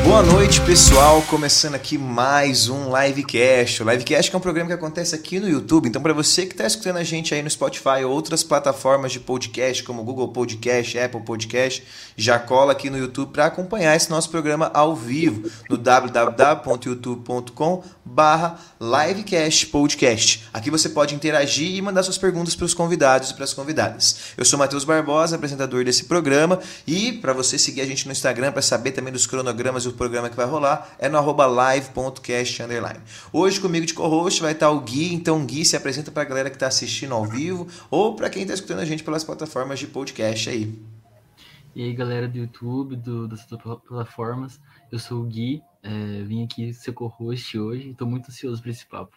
Boa noite, pessoal, começando aqui mais um Livecast. O Livecast é um programa que acontece aqui no YouTube, então para você que está escutando a gente aí no Spotify ou outras plataformas de podcast, como Google Podcast, Apple Podcast, já cola aqui no YouTube para acompanhar esse nosso programa ao vivo no www.youtube.com/livecastpodcast. Aqui você pode interagir e mandar suas perguntas para os convidados e para as convidadas. Eu sou Matheus Barbosa, apresentador desse programa, e para você seguir a gente no Instagram para saber também dos cronogramas do programa que vai rolar, é no @live.cast_. Hoje comigo de co-host vai estar o Gui, então Gui, se apresenta para a galera que está assistindo ao vivo ou para quem está escutando a gente pelas plataformas de podcast aí. E aí, galera do YouTube, das plataformas, eu sou o Gui, vim aqui ser co-host hoje e estou muito ansioso para esse papo.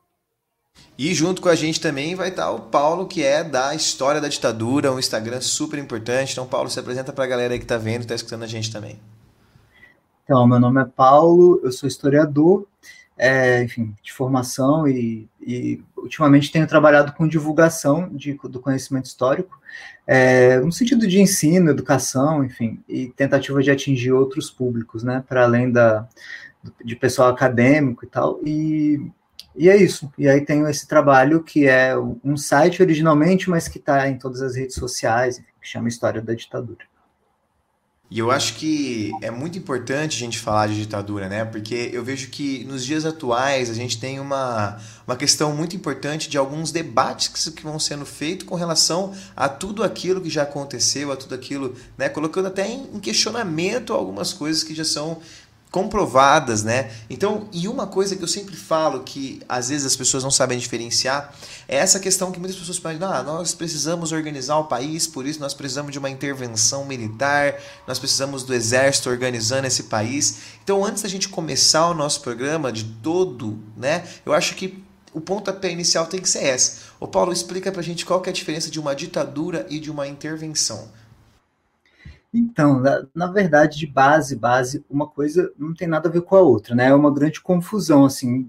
E junto com a gente também vai estar o Paulo, que é da História da Ditadura, um Instagram super importante. Então, Paulo, se apresenta para a galera aí que está vendo e está escutando a gente também. Então, meu nome é Paulo, eu sou historiador, enfim, de formação e ultimamente tenho trabalhado com divulgação do conhecimento histórico, no sentido de ensino, educação, enfim, e tentativa de atingir outros públicos, né, para além de pessoal acadêmico e tal, e é isso. E aí tenho esse trabalho que é um site originalmente, mas que está em todas as redes sociais, enfim, que chama História da Ditadura. E eu acho que é muito importante a gente falar de ditadura, né? Porque eu vejo que nos dias atuais a gente tem uma questão muito importante de alguns debates que vão sendo feitos com relação a tudo aquilo que já aconteceu, a tudo aquilo, né? Colocando até em questionamento algumas coisas que já são comprovadas, né? Então, e uma coisa que eu sempre falo que às vezes as pessoas não sabem diferenciar é essa questão que muitas pessoas pensam, nós precisamos organizar o país, por isso nós precisamos de uma intervenção militar, nós precisamos do exército organizando esse país. Então, antes da gente começar o nosso programa de todo, né? Eu acho que o pontapé inicial tem que ser essa. Ô Paulo, explica pra gente qual que é a diferença de uma ditadura e de uma intervenção. Então, na verdade, de base, uma coisa não tem nada a ver com a outra, né? É uma grande confusão, assim,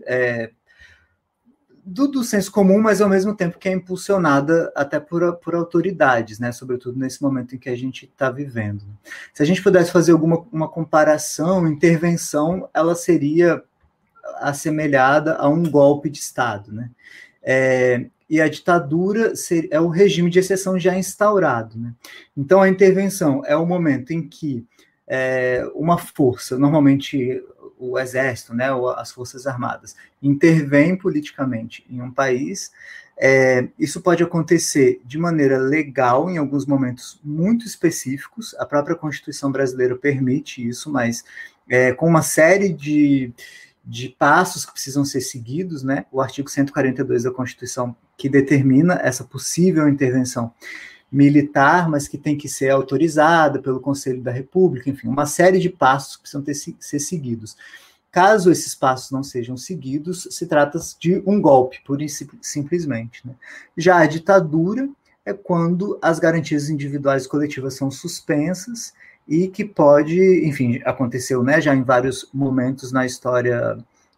do senso comum, mas ao mesmo tempo que é impulsionada até por autoridades, né? Sobretudo nesse momento em que a gente está vivendo. Se a gente pudesse fazer uma comparação, intervenção, ela seria assemelhada a um golpe de Estado, né? E a ditadura é o regime de exceção já instaurado, né? Então, a intervenção é o momento em que uma força, normalmente o exército, né, ou as forças armadas, intervém politicamente em um país. Isso pode acontecer de maneira legal, em alguns momentos muito específicos. A própria Constituição brasileira permite isso, mas com uma série de passos que precisam ser seguidos, né? O artigo 142 da Constituição, que determina essa possível intervenção militar, mas que tem que ser autorizada pelo Conselho da República, enfim, uma série de passos que precisam ser seguidos. Caso esses passos não sejam seguidos, se trata de um golpe, pura e simplesmente, né? Já a ditadura é quando as garantias individuais e coletivas são suspensas e que pode, enfim, aconteceu, né, já em vários momentos na história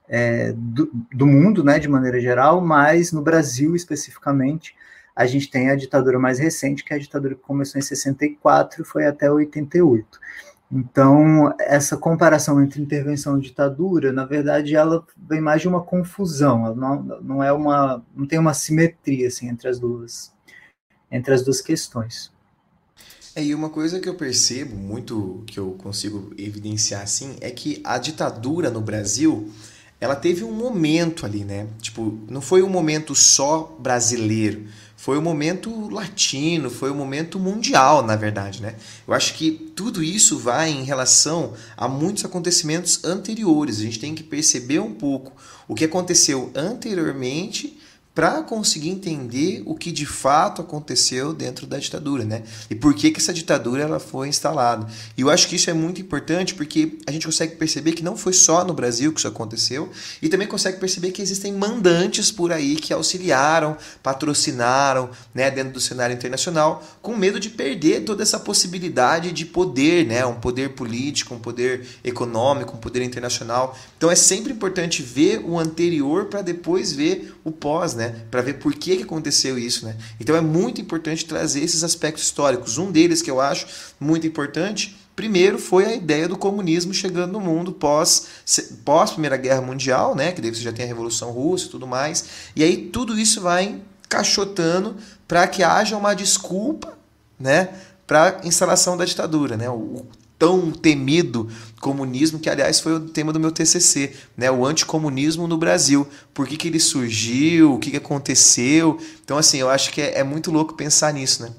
do mundo, né, de maneira geral, mas no Brasil especificamente a gente tem a ditadura mais recente, que é a ditadura que começou em 64 e foi até 88. Então, essa comparação entre intervenção e ditadura, na verdade, ela vem mais de uma confusão, ela não tem uma simetria assim, entre as duas questões. E uma coisa que eu percebo muito, que eu consigo evidenciar assim, é que a ditadura no Brasil, ela teve um momento ali, né? Tipo, não foi um momento só brasileiro, foi um momento latino, foi um momento mundial, na verdade, né? Eu acho que tudo isso vai em relação a muitos acontecimentos anteriores. A gente tem que perceber um pouco o que aconteceu anteriormente para conseguir entender o que de fato aconteceu dentro da ditadura, né? E por que essa ditadura ela foi instalada. E eu acho que isso é muito importante porque a gente consegue perceber que não foi só no Brasil que isso aconteceu e também consegue perceber que existem mandantes por aí que auxiliaram, patrocinaram, né, dentro do cenário internacional, com medo de perder toda essa possibilidade de poder, né? Um poder político, um poder econômico, um poder internacional. Então é sempre importante ver o anterior para depois ver o pós, né? Para ver por que aconteceu isso, né? Então é muito importante trazer esses aspectos históricos. Um deles que eu acho muito importante primeiro foi a ideia do comunismo chegando no mundo pós Primeira Guerra Mundial, né, que daí você já tem a Revolução Russa e tudo mais, e aí tudo isso vai encaixotando para que haja uma desculpa, né, para a instalação da ditadura, né, o tão temido comunismo, que aliás foi o tema do meu TCC, né, o anticomunismo no Brasil, por que ele surgiu, o que aconteceu. Então assim, eu acho que é muito louco pensar nisso, né.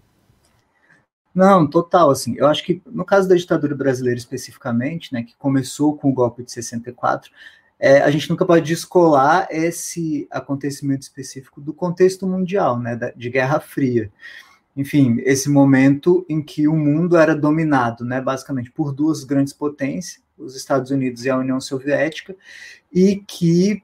Não, total, assim, eu acho que no caso da ditadura brasileira especificamente, né, que começou com o golpe de 64, a gente nunca pode descolar esse acontecimento específico do contexto mundial, né, de Guerra Fria. Enfim, esse momento em que o mundo era dominado, né, basicamente por duas grandes potências, os Estados Unidos e a União Soviética, e que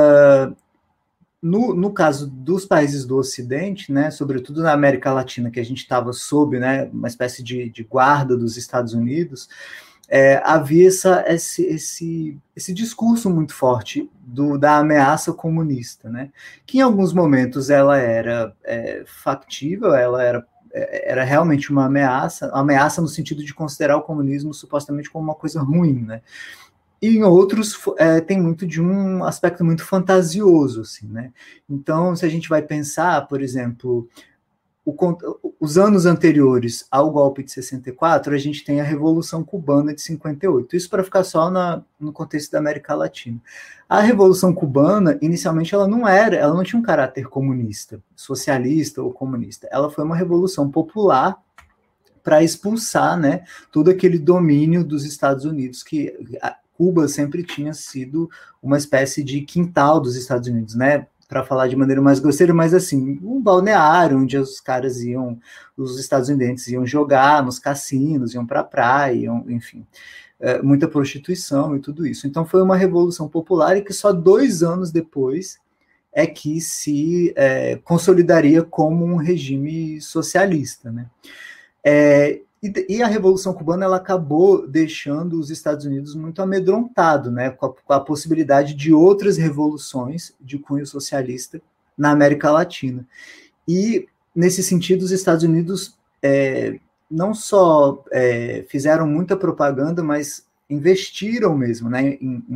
no caso dos países do Ocidente, né, sobretudo na América Latina, que a gente estava sob, né, uma espécie de guarda dos Estados Unidos, havia esse discurso muito forte da ameaça comunista, né, que em alguns momentos ela era factível, ela era realmente uma ameaça no sentido de considerar o comunismo supostamente como uma coisa ruim, né. E em outros tem muito de um aspecto muito fantasioso, assim, né? Então, se a gente vai pensar, por exemplo, os anos anteriores ao golpe de 64, a gente tem a Revolução Cubana de 58. Isso para ficar só no contexto da América Latina. A Revolução Cubana, inicialmente, ela não tinha um caráter comunista, socialista ou comunista. Ela foi uma revolução popular para expulsar, né, todo aquele domínio dos Estados Unidos que Cuba sempre tinha sido uma espécie de quintal dos Estados Unidos, né? Para falar de maneira mais grosseira, mas assim, um balneário onde os estadunidenses iam jogar nos cassinos, iam para a praia, enfim, muita prostituição e tudo isso. Então foi uma revolução popular e que só 2 anos depois é que se consolidaria como um regime socialista, né? E a Revolução Cubana ela acabou deixando os Estados Unidos muito amedrontado, né, com a possibilidade de outras revoluções de cunho socialista na América Latina. E, nesse sentido, os Estados Unidos não só fizeram muita propaganda, mas investiram mesmo, né,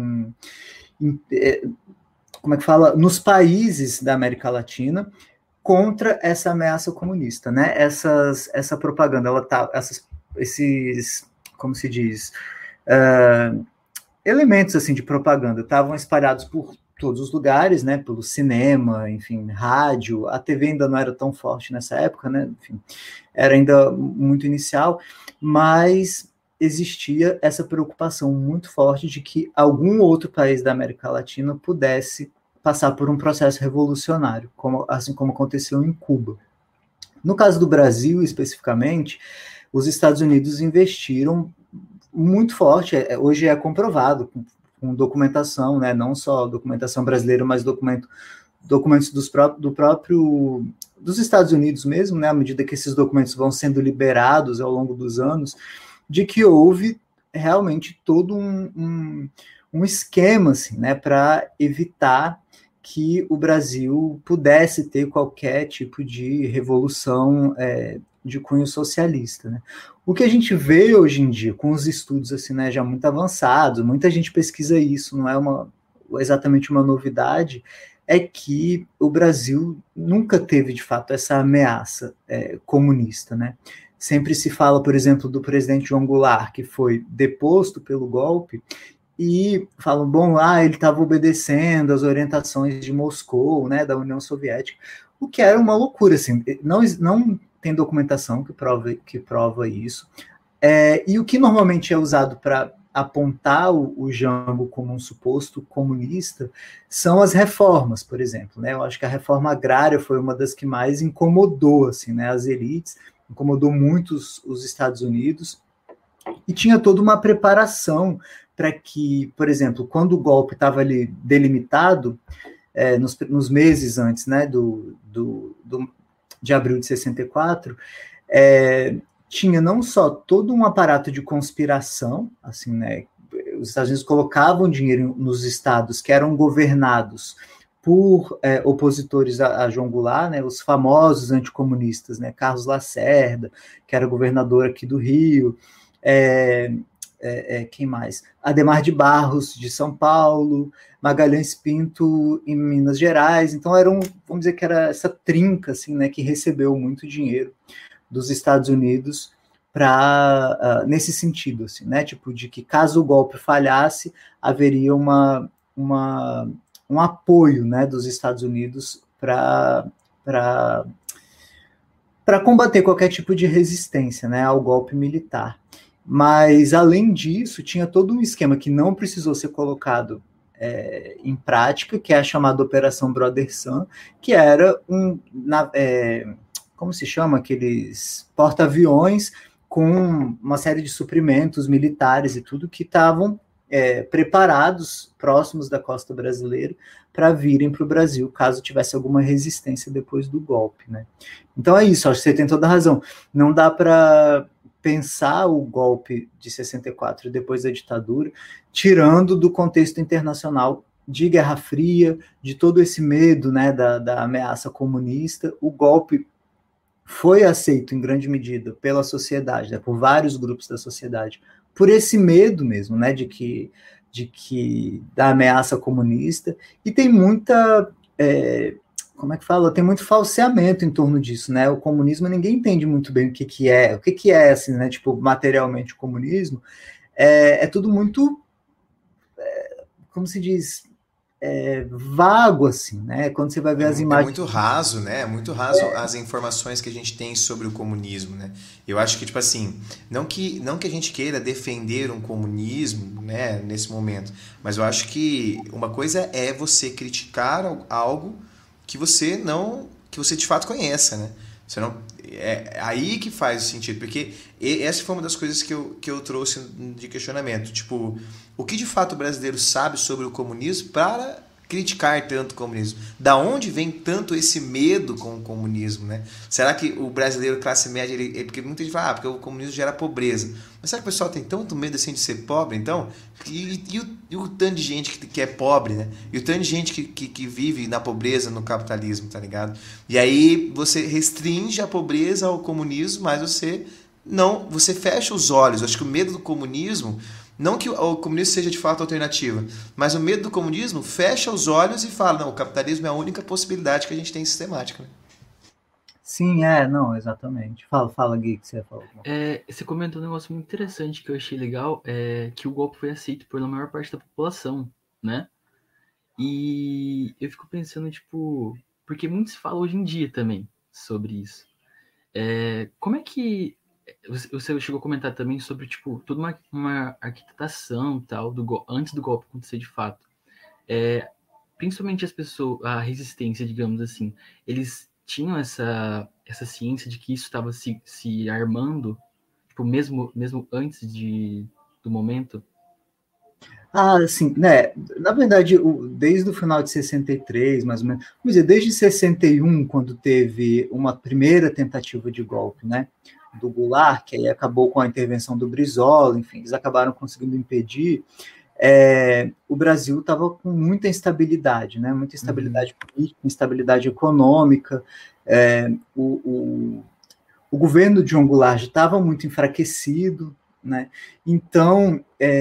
como é que fala? Nos países da América Latina, contra essa ameaça comunista, né? Essa propaganda, esses, como se diz, elementos assim de propaganda estavam espalhados por todos os lugares, né? Pelo cinema, enfim, rádio. A TV ainda não era tão forte nessa época, né? Enfim, era ainda muito inicial, mas existia essa preocupação muito forte de que algum outro país da América Latina pudesse passar por um processo revolucionário, assim como aconteceu em Cuba. No caso do Brasil, especificamente, os Estados Unidos investiram muito forte, hoje é comprovado, com documentação, né, não só documentação brasileira, mas documentos dos Estados Unidos mesmo, né, à medida que esses documentos vão sendo liberados ao longo dos anos, de que houve realmente todo um esquema assim, né, para evitar que o Brasil pudesse ter qualquer tipo de revolução de cunho socialista, né? O que a gente vê hoje em dia, com os estudos assim, né, já muito avançados, muita gente pesquisa isso, não é exatamente uma novidade, é que o Brasil nunca teve, de fato, essa ameaça comunista, né? Sempre se fala, por exemplo, do presidente João Goulart, que foi deposto pelo golpe, e falam, bom, ele estava obedecendo às orientações de Moscou, né, da União Soviética, o que era uma loucura, assim, não tem documentação que prova isso, e o que normalmente é usado para apontar o Jango como um suposto comunista são as reformas, por exemplo, né, eu acho que a reforma agrária foi uma das que mais incomodou, assim, né, as elites, incomodou muito os Estados Unidos, e tinha toda uma preparação para que, por exemplo, quando o golpe estava ali delimitado, nos meses antes, né, de abril de 64, tinha não só todo um aparato de conspiração, assim, né, os Estados Unidos colocavam dinheiro nos estados que eram governados por opositores a João Goulart, né, os famosos anticomunistas, né, Carlos Lacerda, que era governador aqui do Rio, quem mais? Adhemar de Barros, de São Paulo, Magalhães Pinto, em Minas Gerais. Então, vamos dizer que era essa trinca, assim, né, que recebeu muito dinheiro dos Estados Unidos nesse sentido, assim, né, tipo, de que caso o golpe falhasse, haveria um apoio, né, dos Estados Unidos para combater qualquer tipo de resistência, né, ao golpe militar. Mas, além disso, tinha todo um esquema que não precisou ser colocado em prática, que é a chamada Operação Brother Sun, que era como se chama? Aqueles porta-aviões com uma série de suprimentos militares e tudo que estavam preparados, próximos da costa brasileira, para virem para o Brasil, caso tivesse alguma resistência depois do golpe, né? Então é isso, acho que você tem toda a razão. Não dá para pensar o golpe de 64 depois da ditadura, tirando do contexto internacional de Guerra Fria, de todo esse medo, né, da ameaça comunista. O golpe foi aceito em grande medida pela sociedade, né, por vários grupos da sociedade, por esse medo mesmo, né, de que da ameaça comunista, e tem muita como é que fala? Tem muito falseamento em torno disso, né? O comunismo, ninguém entende muito bem o que é, assim, né? Tipo, materialmente o comunismo. É tudo muito, como se diz, vago, assim, né? Quando você vai ver as imagens... É muito raso, né? É muito raso as informações que a gente tem sobre o comunismo, né? Eu acho que, tipo assim, não que a gente queira defender um comunismo, né, nesse momento, mas eu acho que uma coisa é você criticar algo que você de fato conheça, né? Você não, é aí que faz sentido, porque essa foi uma das coisas que eu trouxe de questionamento. Tipo, o que de fato o brasileiro sabe sobre o comunismo para criticar tanto o comunismo? Da onde vem tanto esse medo com o comunismo, né? Será que o brasileiro classe média, porque muita gente fala, porque o comunismo gera pobreza. Mas será que o pessoal tem tanto medo assim de ser pobre, então? E o tanto de gente que é pobre, né? E o tanto de gente que vive na pobreza, no capitalismo, tá ligado? E aí você restringe a pobreza ao comunismo, mas você fecha os olhos. Eu acho que o medo do comunismo, não que o comunismo seja de fato alternativa, mas o medo do comunismo fecha os olhos e fala, não, o capitalismo é a única possibilidade que a gente tem sistemática, né? Sim, não, exatamente. Fala, Gui, que você falou. Você comentou um negócio muito interessante que eu achei legal, que o golpe foi aceito pela maior parte da população, né? E eu fico pensando, tipo, porque muito se fala hoje em dia também sobre isso. Como é que você chegou a comentar também sobre, tipo, toda uma arquitetação e tal, antes do golpe acontecer de fato. Principalmente as pessoas, a resistência, digamos assim, eles tinham essa ciência de que isso estava se armando, tipo, mesmo antes do momento? Sim, né? Na verdade, desde o final de 63, mais ou menos, vamos dizer, desde 61, quando teve uma primeira tentativa de golpe, né? Do Goulart, que aí acabou com a intervenção do Brizola, enfim, eles acabaram conseguindo impedir. O Brasil estava com muita instabilidade, né? Muita instabilidade política, instabilidade econômica. O governo de João Goulart estava muito enfraquecido, né? Então,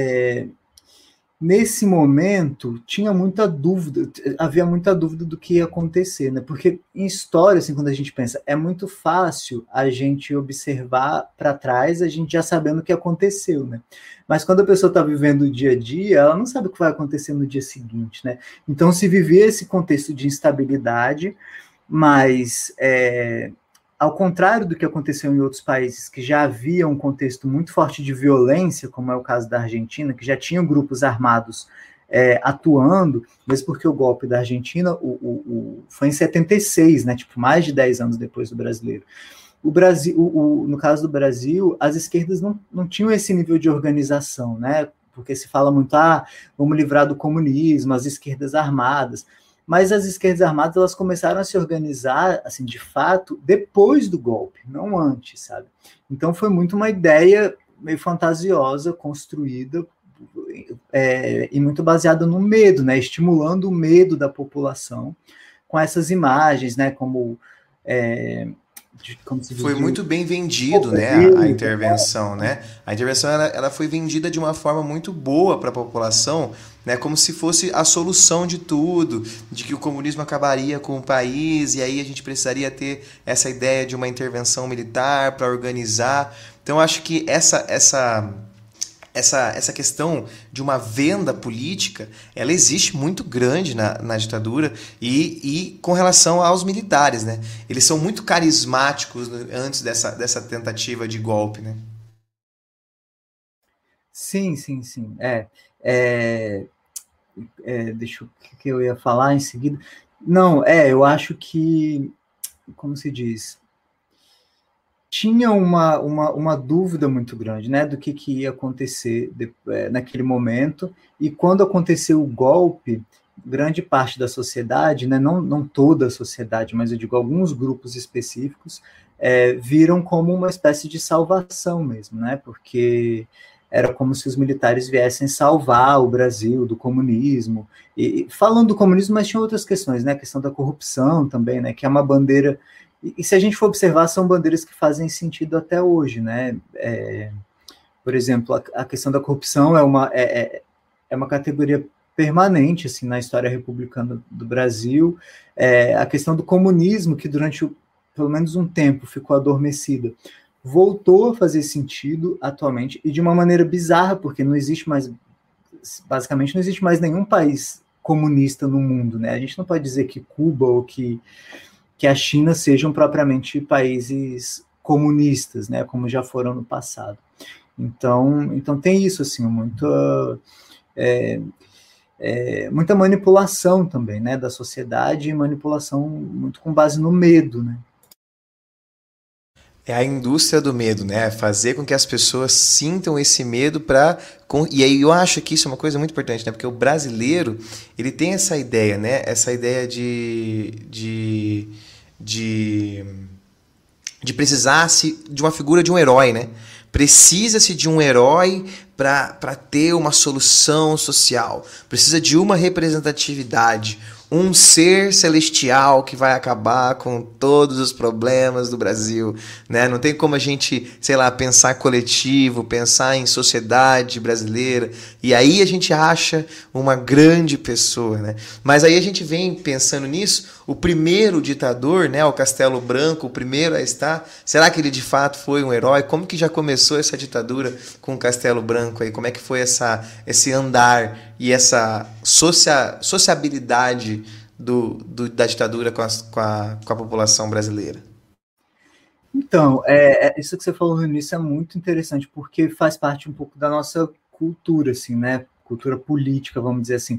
nesse momento, havia muita dúvida do que ia acontecer, né? Porque em história, assim, quando a gente pensa, é muito fácil a gente observar para trás, a gente já sabendo o que aconteceu, né? Mas quando a pessoa está vivendo o dia a dia, ela não sabe o que vai acontecer no dia seguinte, né? Então, se vivia esse contexto de instabilidade, mas ao contrário do que aconteceu em outros países, que já havia um contexto muito forte de violência, como é o caso da Argentina, que já tinham grupos armados atuando, mesmo porque o golpe da Argentina foi em 76, né, tipo, mais de 10 anos depois do brasileiro. O Brasil, no caso do Brasil, as esquerdas não tinham esse nível de organização, né, porque se fala muito, vamos livrar do comunismo, as esquerdas armadas. Mas as esquerdas armadas, elas começaram a se organizar, assim, de fato, depois do golpe, não antes, sabe? Então foi muito uma ideia meio fantasiosa, construída e muito baseada no medo, né? Estimulando o medo da população com essas imagens, né? Como como se diz, Foi muito bem vendido, né, a intervenção, né? A intervenção ela foi vendida de uma forma muito boa para a população, né, como se fosse a solução de tudo, de que o comunismo acabaria com o país e aí a gente precisaria ter essa ideia de uma intervenção militar para organizar. Então, acho que essa questão de uma venda política, ela existe muito grande na ditadura e com relação aos militares, né? Eles são muito carismáticos antes dessa tentativa de golpe, né? Sim, sim, sim. Deixa eu, o que eu ia falar em seguida. Não, eu acho que, como se diz, tinha uma dúvida muito grande, né, do que ia acontecer naquele momento, e quando aconteceu o golpe, grande parte da sociedade, né, não toda a sociedade, mas eu digo alguns grupos específicos, viram como uma espécie de salvação mesmo, né, porque era como se os militares viessem salvar o Brasil do comunismo, e falando do comunismo, mas tinha outras questões, né, a questão da corrupção também, né, que é uma bandeira. E se a gente for observar, são bandeiras que fazem sentido até hoje, né? Por exemplo, a questão da corrupção é uma categoria permanente assim, na história republicana do Brasil. A questão do comunismo, que durante pelo menos um tempo ficou adormecida, voltou a fazer sentido atualmente, e de uma maneira bizarra, porque não existe mais, basicamente, não existe mais nenhum país comunista no mundo, né? A gente não pode dizer que Cuba ou que a China sejam propriamente países comunistas, né, como já foram no passado. Então tem isso, assim, muita manipulação também, né, da sociedade, e manipulação muito com base no medo, né. É a indústria do medo, né? Fazer com que as pessoas sintam esse medo para... E aí eu acho que isso é uma coisa muito importante, né? Porque o brasileiro, ele tem essa ideia, né? Essa ideia de precisar-se de uma figura de um herói, né? Precisa-se de um herói para ter uma solução social. Precisa de uma representatividade, um ser celestial que vai acabar com todos os problemas do Brasil, né? Não tem como a gente, sei lá, pensar coletivo, pensar em sociedade brasileira, e aí a gente acha uma grande pessoa, né? Mas aí a gente vem pensando nisso, o primeiro ditador, né, o Castelo Branco, o primeiro a estar, será que ele de fato foi um herói? Como que já começou essa ditadura com o Castelo Branco aí? Como é que foi esse andar e essa sociabilidade da ditadura com a população brasileira? Então, isso que você falou no início é muito interessante, porque faz parte um pouco da nossa cultura, assim, né? Cultura política, vamos dizer assim,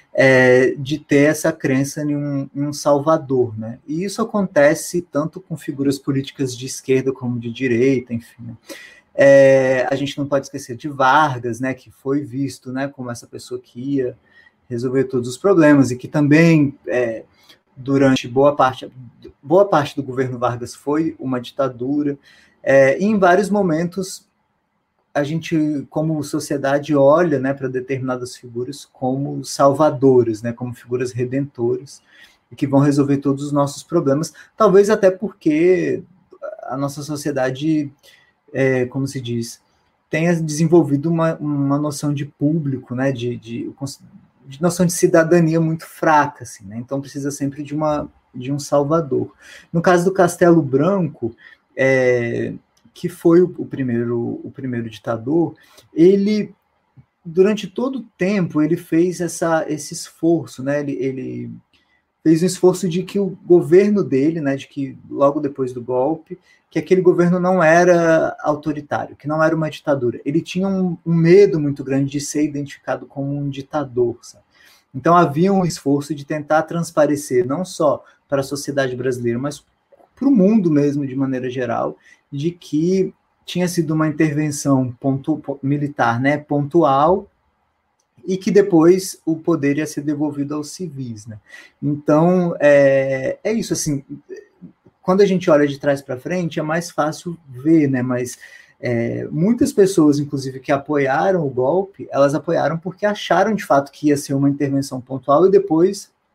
de ter essa crença em um salvador, né? E isso acontece tanto com figuras políticas de esquerda como de direita, enfim, né? A gente não pode esquecer de Vargas, né, que foi visto, né, como essa pessoa que ia resolver todos os problemas, e que também, durante boa parte do governo Vargas foi uma ditadura, e em vários momentos a gente, como sociedade, olha, né, para determinadas figuras como salvadoras, né, como figuras redentoras, e que vão resolver todos os nossos problemas, talvez até porque a nossa sociedade, como se diz, tenha desenvolvido uma noção de público, né, de noção de cidadania muito fraca, assim, né? Então precisa sempre de um salvador. No caso do Castelo Branco, que foi o primeiro ditador, ele, durante todo o tempo, ele fez esse esforço, né? Ele fez um esforço de que o governo dele, né, de que logo depois do golpe, que aquele governo não era autoritário, que não era uma ditadura. Ele tinha um medo muito grande de ser identificado como um ditador, sabe? Então havia um esforço de tentar transparecer, não só para a sociedade brasileira, mas para o mundo mesmo, de maneira geral, de que tinha sido uma intervenção militar, né, pontual, e que depois o poder ia ser devolvido aos civis, né? Então, é isso, assim, quando a gente olha de trás para frente, é mais fácil ver, né? Mas muitas pessoas, inclusive, que apoiaram o golpe, elas apoiaram porque acharam, de fato, que ia ser uma intervenção pontual, e depois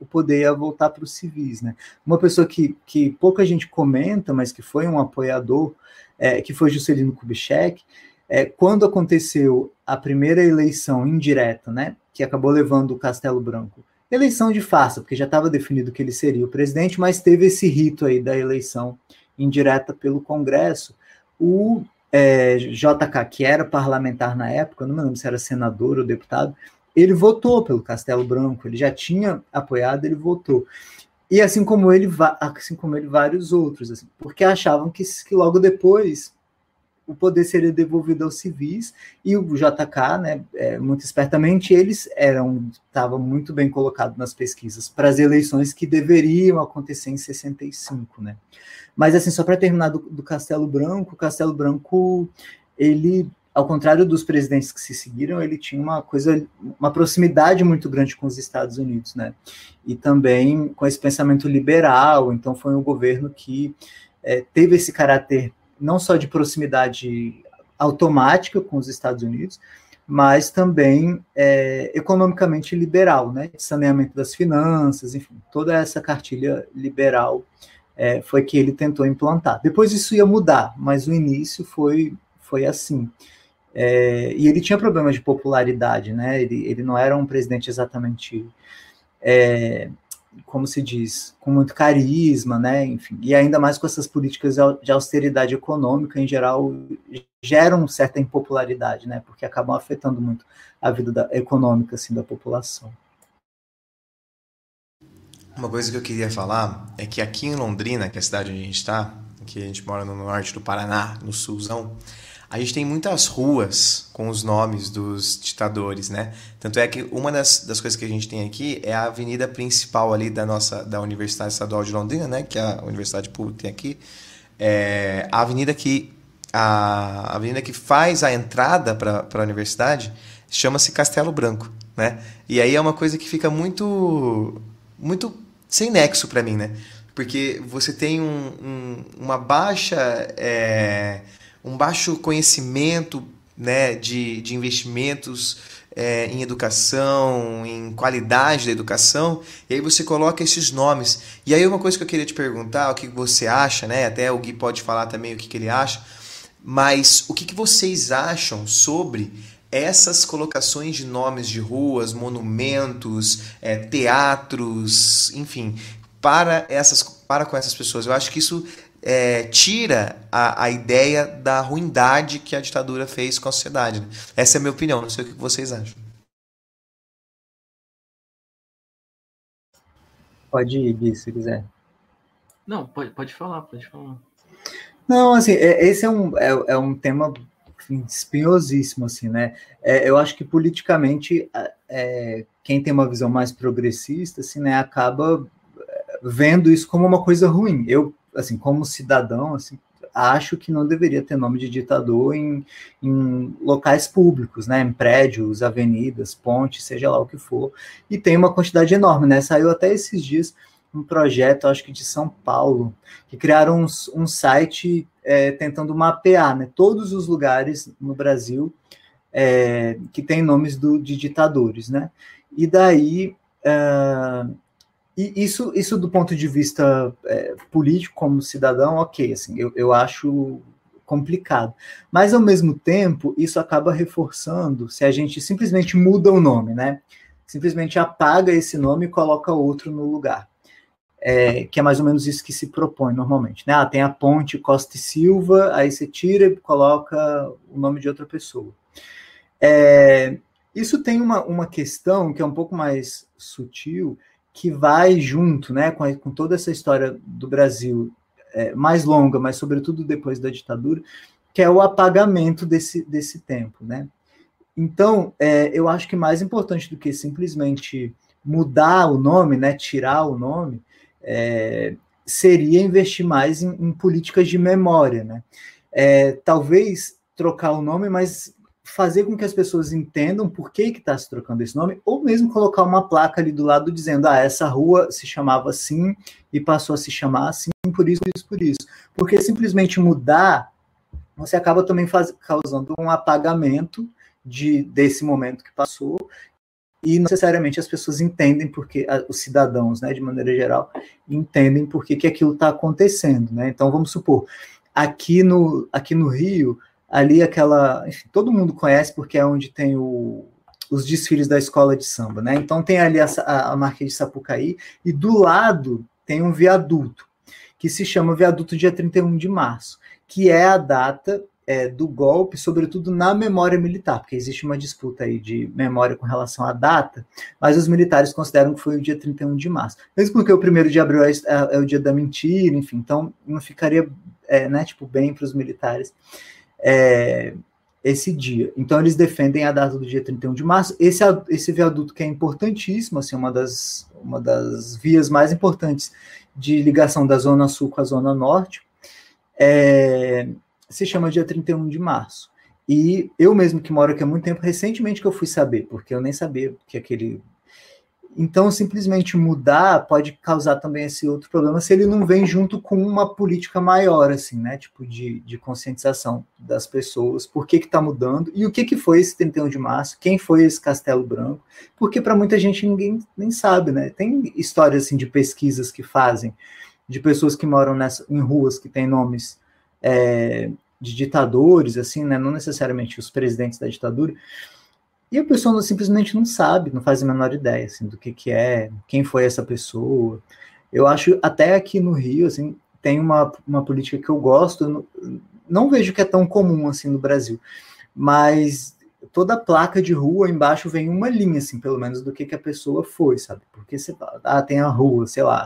o poder ia voltar para os civis, né? Uma pessoa que pouca gente comenta, mas que foi um apoiador, que foi Juscelino Kubitschek, quando aconteceu a primeira eleição indireta, né, que acabou levando o Castelo Branco, eleição de farsa, porque já estava definido que ele seria o presidente, mas teve esse rito aí da eleição indireta pelo Congresso. O JK, que era parlamentar na época, não me lembro se era senador ou deputado, ele votou pelo Castelo Branco, ele já tinha apoiado, ele votou. E assim como ele vários outros, assim, porque achavam que logo depois o poder seria devolvido aos civis, e o JK, né, muito espertamente, eles estavam muito bem colocados nas pesquisas para as eleições que deveriam acontecer em 65, né? Mas, assim, só para terminar do Castelo Branco, o Castelo Branco, ele, ao contrário dos presidentes que se seguiram, ele tinha uma proximidade muito grande com os Estados Unidos, né? E também com esse pensamento liberal. Então, foi um governo que teve esse caráter não só de proximidade automática com os Estados Unidos, mas também economicamente liberal, né? De saneamento das finanças, enfim, toda essa cartilha liberal foi que ele tentou implantar. Depois isso ia mudar, mas o início foi assim. E ele tinha problemas de popularidade, né? Ele não era um presidente exatamente, como se diz, com muito carisma, né? Enfim, e ainda mais com essas políticas de austeridade econômica, em geral, geram certa impopularidade, né? Porque acabam afetando muito a vida econômica, assim, da população. Uma coisa que eu queria falar é que aqui em Londrina, que é a cidade onde a gente está, que a gente mora no norte do Paraná, no sulzão, a gente tem muitas ruas com os nomes dos ditadores, né? Tanto é que uma das coisas que a gente tem aqui é a avenida principal ali da Universidade Estadual de Londrina, né? Que a Universidade Pública tem aqui. A avenida que faz a entrada para a universidade chama-se Castelo Branco, né? E aí é uma coisa que fica muito sem nexo para mim, né? Porque você tem um baixo conhecimento, né, de investimentos em educação, em qualidade da educação, e aí você coloca esses nomes. E aí uma coisa que eu queria te perguntar, o que você acha, né? Até o Gui pode falar também o que ele acha, mas o que vocês acham sobre essas colocações de nomes de ruas, monumentos, teatros, enfim, para com essas pessoas? Eu acho que isso tira a ideia da ruindade que a ditadura fez com a sociedade, né? Essa é a minha opinião, não sei o que vocês acham. Pode ir, Gui, se quiser. Não, pode falar. Não, assim, esse é um tema espinhosíssimo, assim, né? Eu acho que politicamente quem tem uma visão mais progressista, assim, né, acaba vendo isso como uma coisa ruim. Eu, assim, como cidadão, assim, acho que não deveria ter nome de ditador em locais públicos, né? Em prédios, avenidas, pontes, seja lá o que for. E tem uma quantidade enorme, né? Saiu até esses dias um projeto, acho que de São Paulo, que criaram um site tentando mapear, né, todos os lugares no Brasil que tem nomes de ditadores, né? E daí, isso do ponto de vista político, como cidadão, ok, assim, eu acho complicado. Mas, ao mesmo tempo, isso acaba reforçando se a gente simplesmente muda o nome, né? Simplesmente apaga esse nome e coloca outro no lugar. Que é mais ou menos isso que se propõe normalmente, né? Tem a ponte Costa e Silva, aí você tira e coloca o nome de outra pessoa. Isso tem uma questão que é um pouco mais sutil, que vai junto, né, com toda essa história do Brasil mais longa, mas sobretudo depois da ditadura, que é o apagamento desse tempo, né? Então, eu acho que mais importante do que simplesmente mudar o nome, né, tirar o nome, seria investir mais em políticas de memória, né? Talvez trocar o nome, mas fazer com que as pessoas entendam por que está se trocando esse nome, ou mesmo colocar uma placa ali do lado dizendo, essa rua se chamava assim e passou a se chamar assim por isso. Porque simplesmente mudar, você acaba também causando um apagamento desse momento que passou, e não necessariamente as pessoas entendem porque, os cidadãos, né, de maneira geral, entendem por que aquilo está acontecendo, né? Então, vamos supor, aqui no Rio, ali enfim, todo mundo conhece porque é onde tem os desfiles da escola de samba, né? Então tem ali a Marquês de Sapucaí, e do lado tem um viaduto, que se chama Viaduto Dia 31 de Março, que é a data do golpe, sobretudo na memória militar, porque existe uma disputa aí de memória com relação à data, mas os militares consideram que foi o dia 31 de março. Mesmo porque o 1º de abril é o dia da mentira, enfim, então não ficaria né, tipo, bem para os militares esse dia. Então eles defendem a data do dia 31 de março. Esse viaduto que é importantíssimo, assim, uma das vias mais importantes de ligação da Zona Sul com a Zona Norte, se chama dia 31 de março. E eu mesmo que moro aqui há muito tempo, recentemente que eu fui saber, porque eu nem sabia que aquele... Então, simplesmente mudar pode causar também esse outro problema se ele não vem junto com uma política maior, assim, né? Tipo, de conscientização das pessoas, por que está mudando, e o que foi esse 31 de março, quem foi esse Castelo Branco, porque para muita gente ninguém nem sabe, né? Tem histórias, assim, de pesquisas que fazem, de pessoas que moram em ruas que têm nomes de ditadores, assim, né? Não necessariamente os presidentes da ditadura, e a pessoa simplesmente não sabe, não faz a menor ideia, assim, do que é, quem foi essa pessoa. Eu acho, até aqui no Rio, assim, tem uma política que eu gosto, não vejo que é tão comum, assim, no Brasil, mas toda placa de rua, embaixo vem uma linha, assim, pelo menos, do que a pessoa foi, sabe? Porque você fala, tem a rua, sei lá,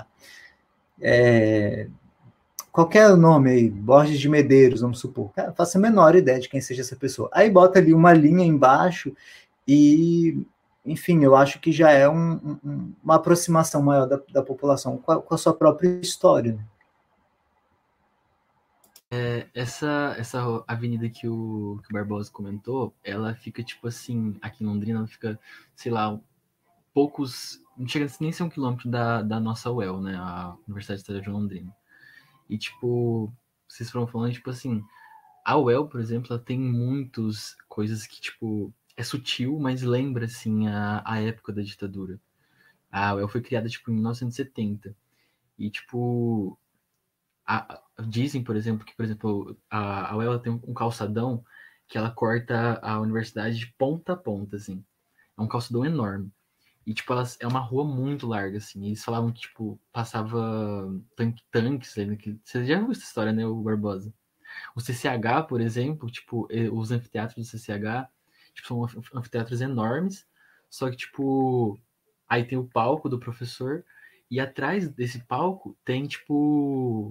qualquer nome aí, Borges de Medeiros, vamos supor, cara, faço a menor ideia de quem seja essa pessoa. Aí bota ali uma linha embaixo e, enfim, eu acho que já é uma aproximação maior da população com a sua própria história. Né? Essa avenida que o Barbosa comentou, ela fica, tipo assim, aqui em Londrina, ela fica, sei lá, poucos... Não chega nem a ser 1 quilômetro da nossa UEL, né? A Universidade Estadual de Londrina. E, tipo, vocês foram falando, tipo assim, a UEL, por exemplo, ela tem muitas coisas que, tipo, é sutil, mas lembra, assim, a época da ditadura. A UEL foi criada, tipo, em 1970. E, tipo, dizem, por exemplo, que, por exemplo, a UEL tem um calçadão que ela corta a universidade de ponta a ponta, assim. É um calçadão enorme. E, tipo, é uma rua muito larga, assim. E eles falavam que, tipo, passava tanques. Você já viu essa história, né, o Barbosa? O CCH, por exemplo, tipo, os anfiteatros do CCH, tipo, são anfiteatros enormes. Só que, tipo, aí tem o palco do professor. E atrás desse palco tem, tipo,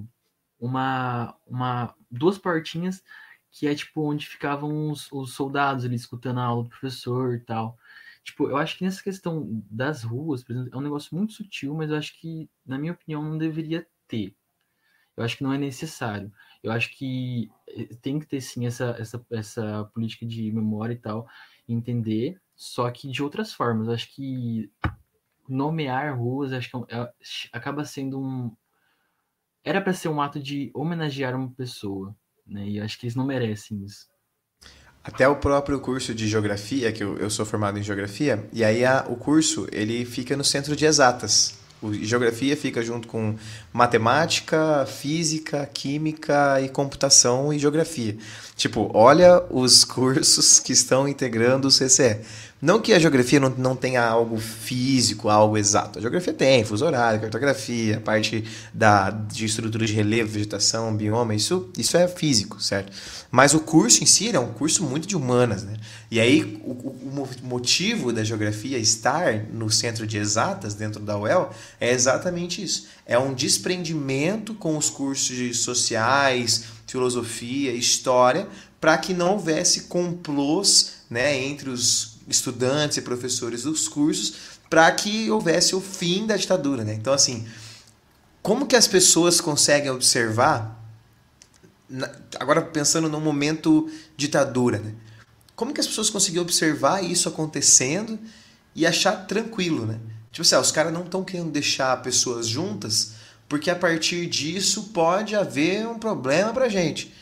duas portinhas que é, tipo, onde ficavam os soldados ali escutando a aula do professor e tal. Tipo, eu acho que nessa questão das ruas, por exemplo, é um negócio muito sutil, mas eu acho que, na minha opinião, não deveria ter. Eu acho que não é necessário. Eu acho que tem que ter, sim, essa política de memória e tal, entender, só que de outras formas. Eu acho que nomear ruas, acho que acaba sendo Era para ser um ato de homenagear uma pessoa, né? E eu acho que eles não merecem isso. Até o próprio curso de geografia, que eu sou formado em geografia, e aí o curso ele fica no centro de exatas. O geografia fica junto com matemática, física, química e computação e geografia. Tipo, olha os cursos que estão integrando o CCE. Não que a geografia não tenha algo físico, algo exato. A geografia tem, fuso horário, cartografia, parte de estrutura de relevo, vegetação, bioma, isso é físico, certo? Mas o curso em si é um curso muito de humanas, né? E aí o motivo da geografia estar no centro de exatas, dentro da UEL, é exatamente isso. É um desprendimento com os cursos de sociais, filosofia, história, para que não houvesse complôs, né, entre os estudantes e professores dos cursos, para que houvesse o fim da ditadura, né? Então, assim, como que as pessoas conseguem observar, agora pensando no momento ditadura, né? Como que as pessoas conseguiam observar isso acontecendo e achar tranquilo, né? Tipo assim, os caras não estão querendo deixar pessoas juntas porque a partir disso pode haver um problema pra gente.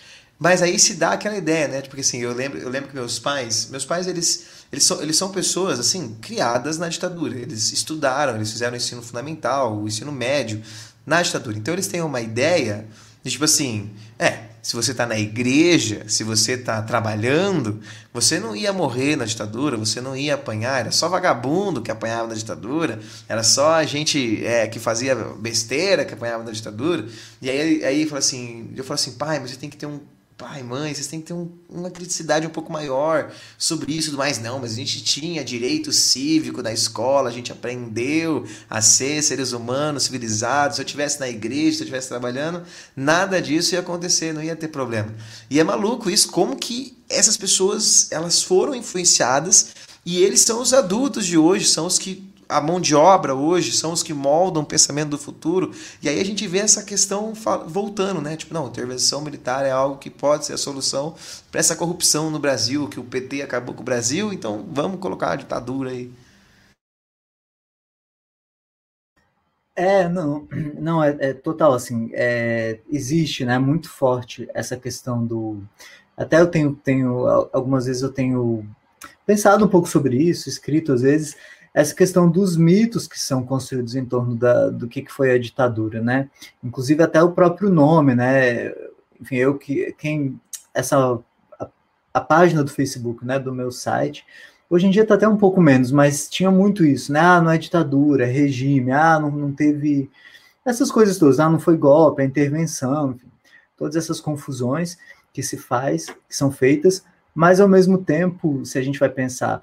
Mas aí se dá aquela ideia, né? Porque assim, eu lembro que meus pais eles são pessoas assim criadas na ditadura. Eles estudaram, eles fizeram o ensino fundamental, o ensino médio na ditadura. Então eles têm uma ideia de tipo assim, se você está na igreja, se você está trabalhando, você não ia morrer na ditadura, você não ia apanhar, era só vagabundo que apanhava na ditadura, era só a gente que fazia besteira que apanhava na ditadura. E aí eu falo assim, pai, mas você tem que ter pai, mãe, vocês têm que ter uma criticidade um pouco maior sobre isso e tudo mais. Não, mas a gente tinha direito cívico na escola, a gente aprendeu a ser seres humanos, civilizados. Se eu estivesse na igreja, se eu estivesse trabalhando, nada disso ia acontecer, não ia ter problema. E é maluco isso, como que essas pessoas, elas foram influenciadas e eles são os adultos de hoje, são os que a mão de obra hoje, são os que moldam o pensamento do futuro. E aí a gente vê essa questão voltando, né? Tipo, não, intervenção militar é algo que pode ser a solução para essa corrupção no Brasil, que o PT acabou com o Brasil, então vamos colocar a ditadura aí. Não, é total, assim, existe, né, muito forte essa questão até eu algumas vezes eu tenho pensado um pouco sobre isso, escrito às vezes, essa questão dos mitos que são construídos em torno do que foi a ditadura, né, inclusive até o próprio nome, né, enfim, a página do Facebook, né, do meu site, hoje em dia está até um pouco menos, mas tinha muito isso, né? Não é ditadura, é regime, não teve essas coisas todas, não foi golpe, é intervenção, enfim, todas essas confusões que são feitas, mas ao mesmo tempo, se a gente vai pensar,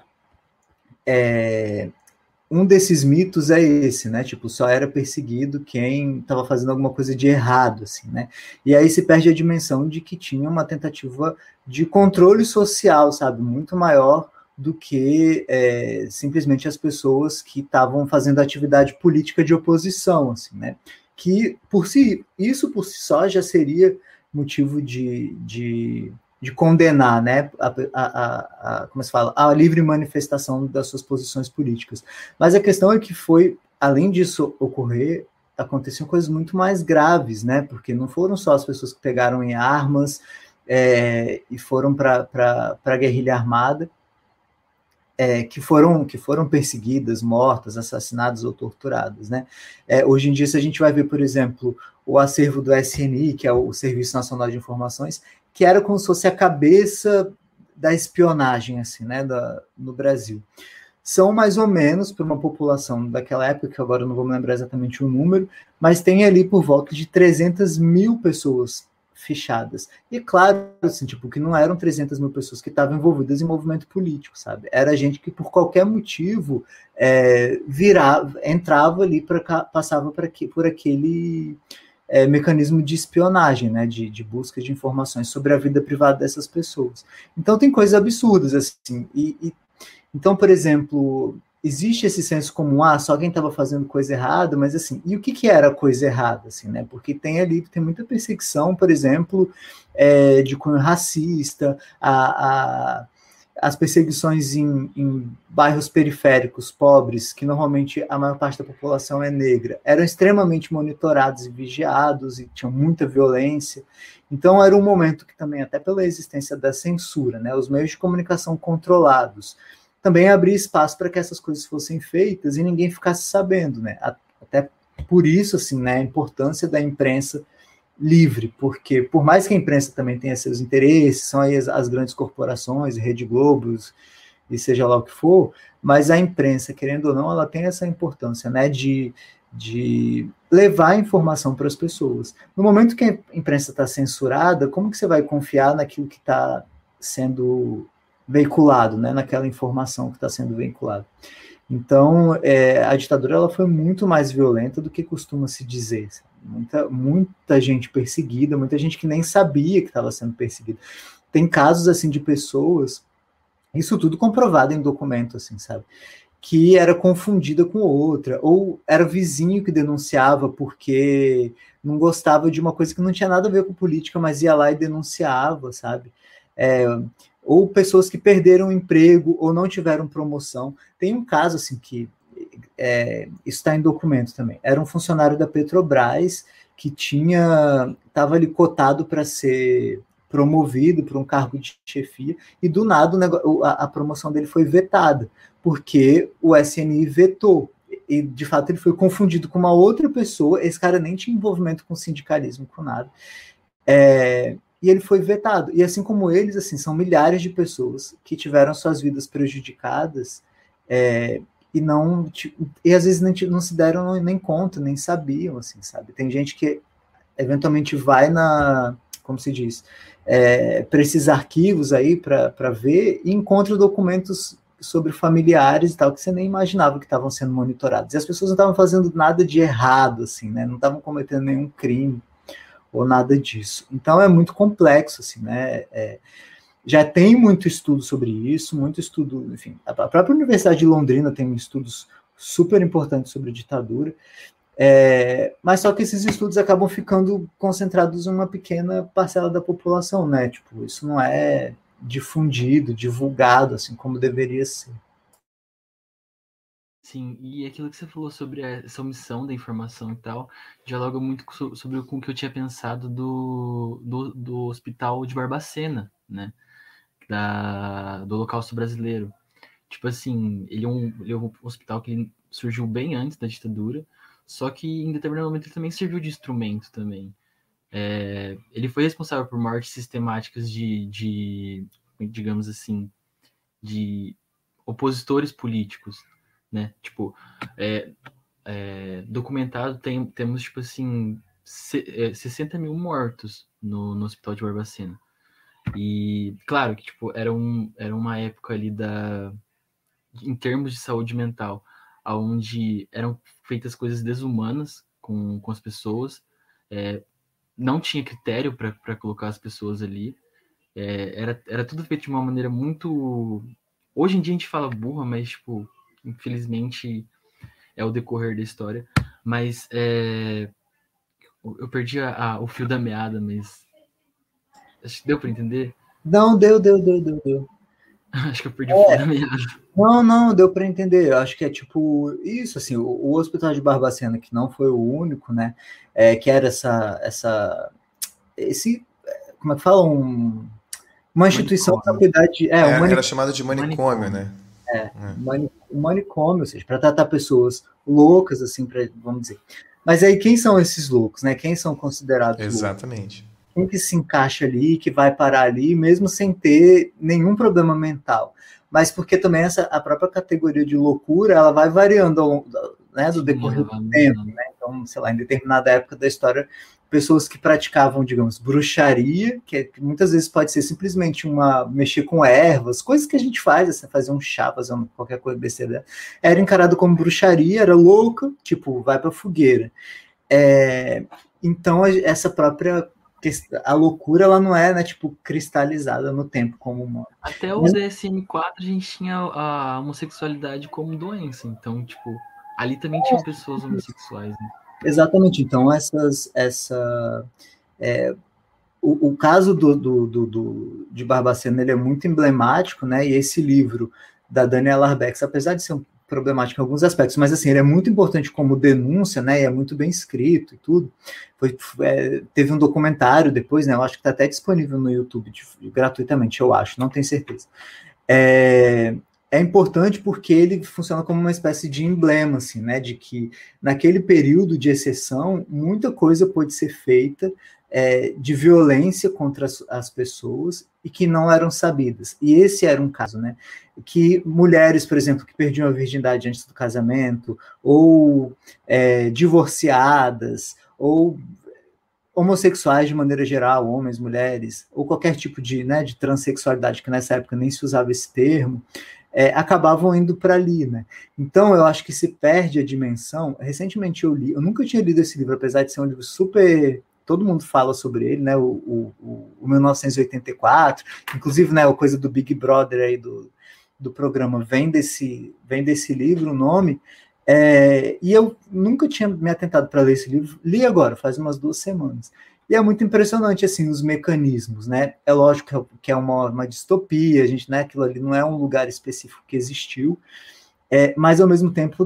um desses mitos é esse, né? Tipo, só era perseguido quem estava fazendo alguma coisa de errado, assim, né? E aí se perde a dimensão de que tinha uma tentativa de controle social, sabe? Muito maior do que simplesmente as pessoas que estavam fazendo atividade política de oposição, assim, né? Que isso por si só já seria motivo de condenar, né, como se fala, a livre manifestação das suas posições políticas. Mas a questão é que além disso ocorrer, aconteciam coisas muito mais graves, né, porque não foram só as pessoas que pegaram em armas e foram para a guerrilha armada, que foram perseguidas, mortas, assassinadas ou torturadas, né? Hoje em dia, se a gente vai ver, por exemplo, o acervo do SNI, que é o Serviço Nacional de Informações, que era como se fosse a cabeça da espionagem, assim, né, no Brasil. São mais ou menos, para uma população daquela época, que agora eu não vou me lembrar exatamente o número, mas tem ali por volta de 300 mil pessoas fichadas. E claro, assim, tipo, que não eram 300 mil pessoas que estavam envolvidas em movimento político, sabe? Era gente que, por qualquer motivo, entrava ali, passava por aquele mecanismo de espionagem, né? De busca de informações sobre a vida privada dessas pessoas. Então, tem coisas absurdas, assim. Então, por exemplo, existe esse senso comum, só quem estava fazendo coisa errada, mas assim, e o que era coisa errada, assim, né? Porque tem muita perseguição, por exemplo, de cunho racista, as perseguições em bairros periféricos, pobres, que normalmente a maior parte da população é negra, eram extremamente monitorados e vigiados, e tinham muita violência. Então era um momento que também, até pela existência da censura, né, os meios de comunicação controlados, também abrir espaço para que essas coisas fossem feitas e ninguém ficasse sabendo, né? Até por isso, assim, né, a importância da imprensa livre, porque por mais que a imprensa também tenha seus interesses, são aí as grandes corporações, Rede Globo, e seja lá o que for, mas a imprensa, querendo ou não, ela tem essa importância, né, de levar a informação para as pessoas. No momento que a imprensa está censurada, como que você vai confiar naquilo que está sendo veiculado, né, naquela informação que está sendo veiculada? Então, a ditadura ela foi muito mais violenta do que costuma se dizer. Muita gente perseguida, muita gente que nem sabia que estava sendo perseguida. Tem casos assim de pessoas, isso tudo comprovado em documento, assim, sabe? Que era confundida com outra, ou era vizinho que denunciava porque não gostava de uma coisa que não tinha nada a ver com política, mas ia lá e denunciava, sabe? Ou pessoas que perderam o emprego ou não tiveram promoção. Tem um caso assim que isso está em documento também. Era um funcionário da Petrobras que estava ali cotado para ser promovido para um cargo de chefia, e do nada a promoção dele foi vetada, porque o SNI vetou. E, de fato, ele foi confundido com uma outra pessoa, esse cara nem tinha envolvimento com sindicalismo, com nada. E ele foi vetado. E assim como eles, assim, são milhares de pessoas que tiveram suas vidas prejudicadas e às vezes não se deram nem conta, nem sabiam, assim, sabe? Tem gente que eventualmente vai como se diz, para esses arquivos aí para ver e encontra documentos sobre familiares e tal, que você nem imaginava que estavam sendo monitorados. E as pessoas não estavam fazendo nada de errado, assim, né? Não estavam cometendo nenhum crime ou nada disso. Então é muito complexo, assim, né? Já tem muito estudo sobre isso, muito estudo, enfim, a própria Universidade de Londrina tem estudos super importantes sobre ditadura, mas só que esses estudos acabam ficando concentrados em uma pequena parcela da população, né? Tipo, isso não é difundido, divulgado, assim como deveria ser. Sim, e aquilo que você falou sobre essa omissão da informação e tal, dialoga muito sobre com o que eu tinha pensado do Hospital de Barbacena, né? Do Holocausto Brasileiro. Tipo assim, ele é um hospital que surgiu bem antes da ditadura, só que em determinado momento ele também serviu de instrumento também. Ele foi responsável por mortes sistemáticas digamos assim, de opositores políticos, né? Tipo, documentado temos, tipo assim, 60 mil mortos no Hospital de Barbacena. E, claro, que, tipo, era uma época ali em termos de saúde mental, onde eram feitas coisas desumanas com as pessoas, não tinha critério para colocar as pessoas ali, era tudo feito de uma maneira muito... Hoje em dia a gente fala burra, mas, tipo, infelizmente é o decorrer da história. Mas eu perdi o fio da meada, mas acho que deu para entender. Não, deu. Acho que eu perdi o fio da meada. Não, deu para entender. Eu acho que é tipo isso, assim, o Hospital de Barbacena, que não foi o único, né? Que era esse, como é que fala? Uma instituição para cuidar de... era chamado de manicômio, né? Um manicômio, ou seja, para tratar pessoas loucas, assim, vamos dizer. Mas aí, quem são esses loucos, né? Quem são considerados Exatamente. loucos? Quem que se encaixa ali, que vai parar ali, mesmo sem ter nenhum problema mental. Mas porque também a própria categoria de loucura, ela vai variando ao longo do decorrer do tempo, né? Então, sei lá, em determinada época da história, pessoas que praticavam, digamos, bruxaria, que muitas vezes pode ser simplesmente mexer com ervas, coisas que a gente faz, assim, fazer um chá, fazer qualquer coisa besteira, era encarado como bruxaria, era louca, tipo, vai pra fogueira. Então, essa própria a loucura, ela não é, né, tipo, cristalizada no tempo como uma... Até o DSM-4 a gente tinha a homossexualidade como doença, então, tipo, ali também tinham pessoas homossexuais, né? Exatamente, então o caso de Barbacena, ele é muito emblemático, né, e esse livro da Daniela Arbex, apesar de ser problemático em alguns aspectos, mas assim, ele é muito importante como denúncia, né, e é muito bem escrito e tudo. Teve um documentário depois, né, eu acho que está até disponível no YouTube gratuitamente, eu acho, não tenho certeza. É importante porque ele funciona como uma espécie de emblema, assim, né, de que naquele período de exceção, muita coisa pode ser feita de violência contra as pessoas e que não eram sabidas. E esse era um caso, né, que mulheres, por exemplo, que perdiam a virgindade antes do casamento, ou divorciadas, ou homossexuais de maneira geral, homens, mulheres, ou qualquer tipo de transexualidade, que nessa época nem se usava esse termo, acabavam indo para ali, né? Então, eu acho que se perde a dimensão. Recentemente eu nunca tinha lido esse livro, apesar de ser um livro super... Todo mundo fala sobre ele, né? O 1984, inclusive, né, a coisa do Big Brother aí do programa vem desse livro, o nome. E eu nunca tinha me atentado para ler esse livro, li agora, faz umas 2 semanas. E é muito impressionante, assim, os mecanismos, né? É lógico que é uma distopia, a gente, né, aquilo ali não é um lugar específico que existiu, mas, ao mesmo tempo,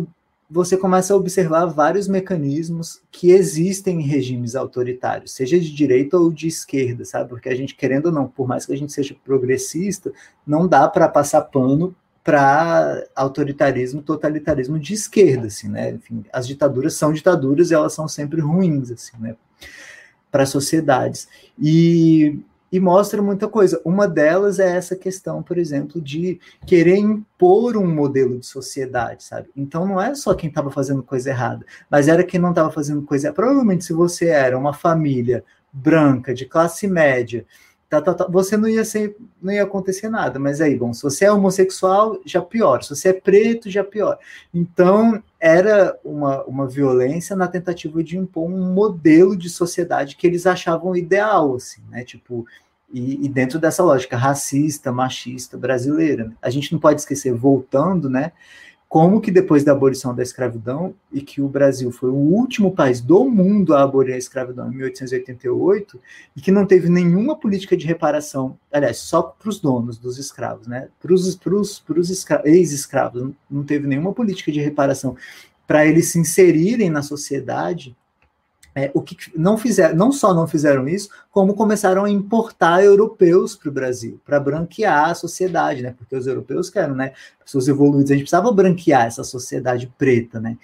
você começa a observar vários mecanismos que existem em regimes autoritários, seja de direita ou de esquerda, sabe? Porque a gente, querendo ou não, por mais que a gente seja progressista, não dá para passar pano para autoritarismo, totalitarismo de esquerda, assim, né? Enfim, as ditaduras são ditaduras e elas são sempre ruins, assim, né? Para sociedades. E mostra muita coisa. Uma delas é essa questão, por exemplo, de querer impor um modelo de sociedade, sabe? Então não é só quem estava fazendo coisa errada, mas era quem não estava fazendo coisa errada. Provavelmente se você era uma família branca, de classe média, você não ia acontecer nada. Mas aí, bom, se você é homossexual, já pior. Se você é preto, já pior. Então, era uma violência na tentativa de impor um modelo de sociedade que eles achavam ideal, assim, né? Tipo, e dentro dessa lógica racista, machista, brasileira. A gente não pode esquecer, voltando, né? Como que depois da abolição da escravidão, e que o Brasil foi o último país do mundo a abolir a escravidão em 1888, e que não teve nenhuma política de reparação, aliás, só para os donos dos escravos, né? Para os ex-escravos, não teve nenhuma política de reparação para eles se inserirem na sociedade. O que não fizeram, não só não fizeram isso, como começaram a importar europeus para o Brasil, para branquear a sociedade, né? Porque os europeus querem, né? Pessoas evoluídas, a gente precisava branquear essa sociedade preta, né?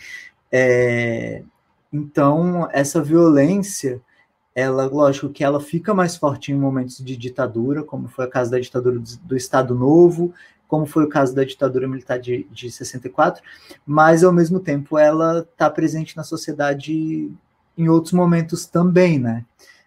Então, essa violência, ela, lógico que ela fica mais forte em momentos de ditadura, como foi o caso da ditadura do Estado Novo, como foi o caso da ditadura militar de 64, mas, ao mesmo tempo, ela está presente na sociedade em outros momentos também, né?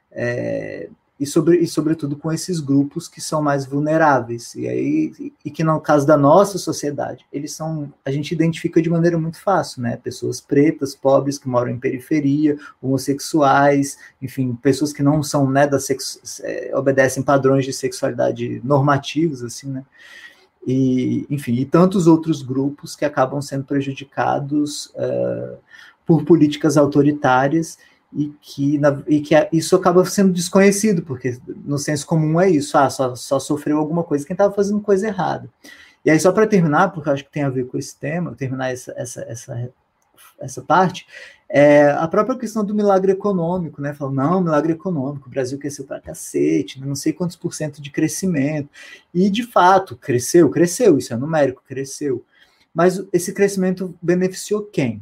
E sobretudo com esses grupos que são mais vulneráveis, e que no caso da nossa sociedade, a gente identifica de maneira muito fácil, né? Pessoas pretas, pobres, que moram em periferia, homossexuais, enfim, pessoas que não são, né, obedecem padrões de sexualidade normativos, assim, né? Enfim, e tantos outros grupos que acabam sendo prejudicados por políticas autoritárias, e que isso acaba sendo desconhecido, porque no senso comum é isso, só sofreu alguma coisa quem estava fazendo coisa errada. E aí, só para terminar, porque eu acho que tem a ver com esse tema, terminar essa parte, a própria questão do milagre econômico, né? Falam, não, milagre econômico, o Brasil cresceu para cacete, né? Não sei quantos % de crescimento, e de fato, cresceu, isso é numérico, cresceu. Mas esse crescimento beneficiou quem?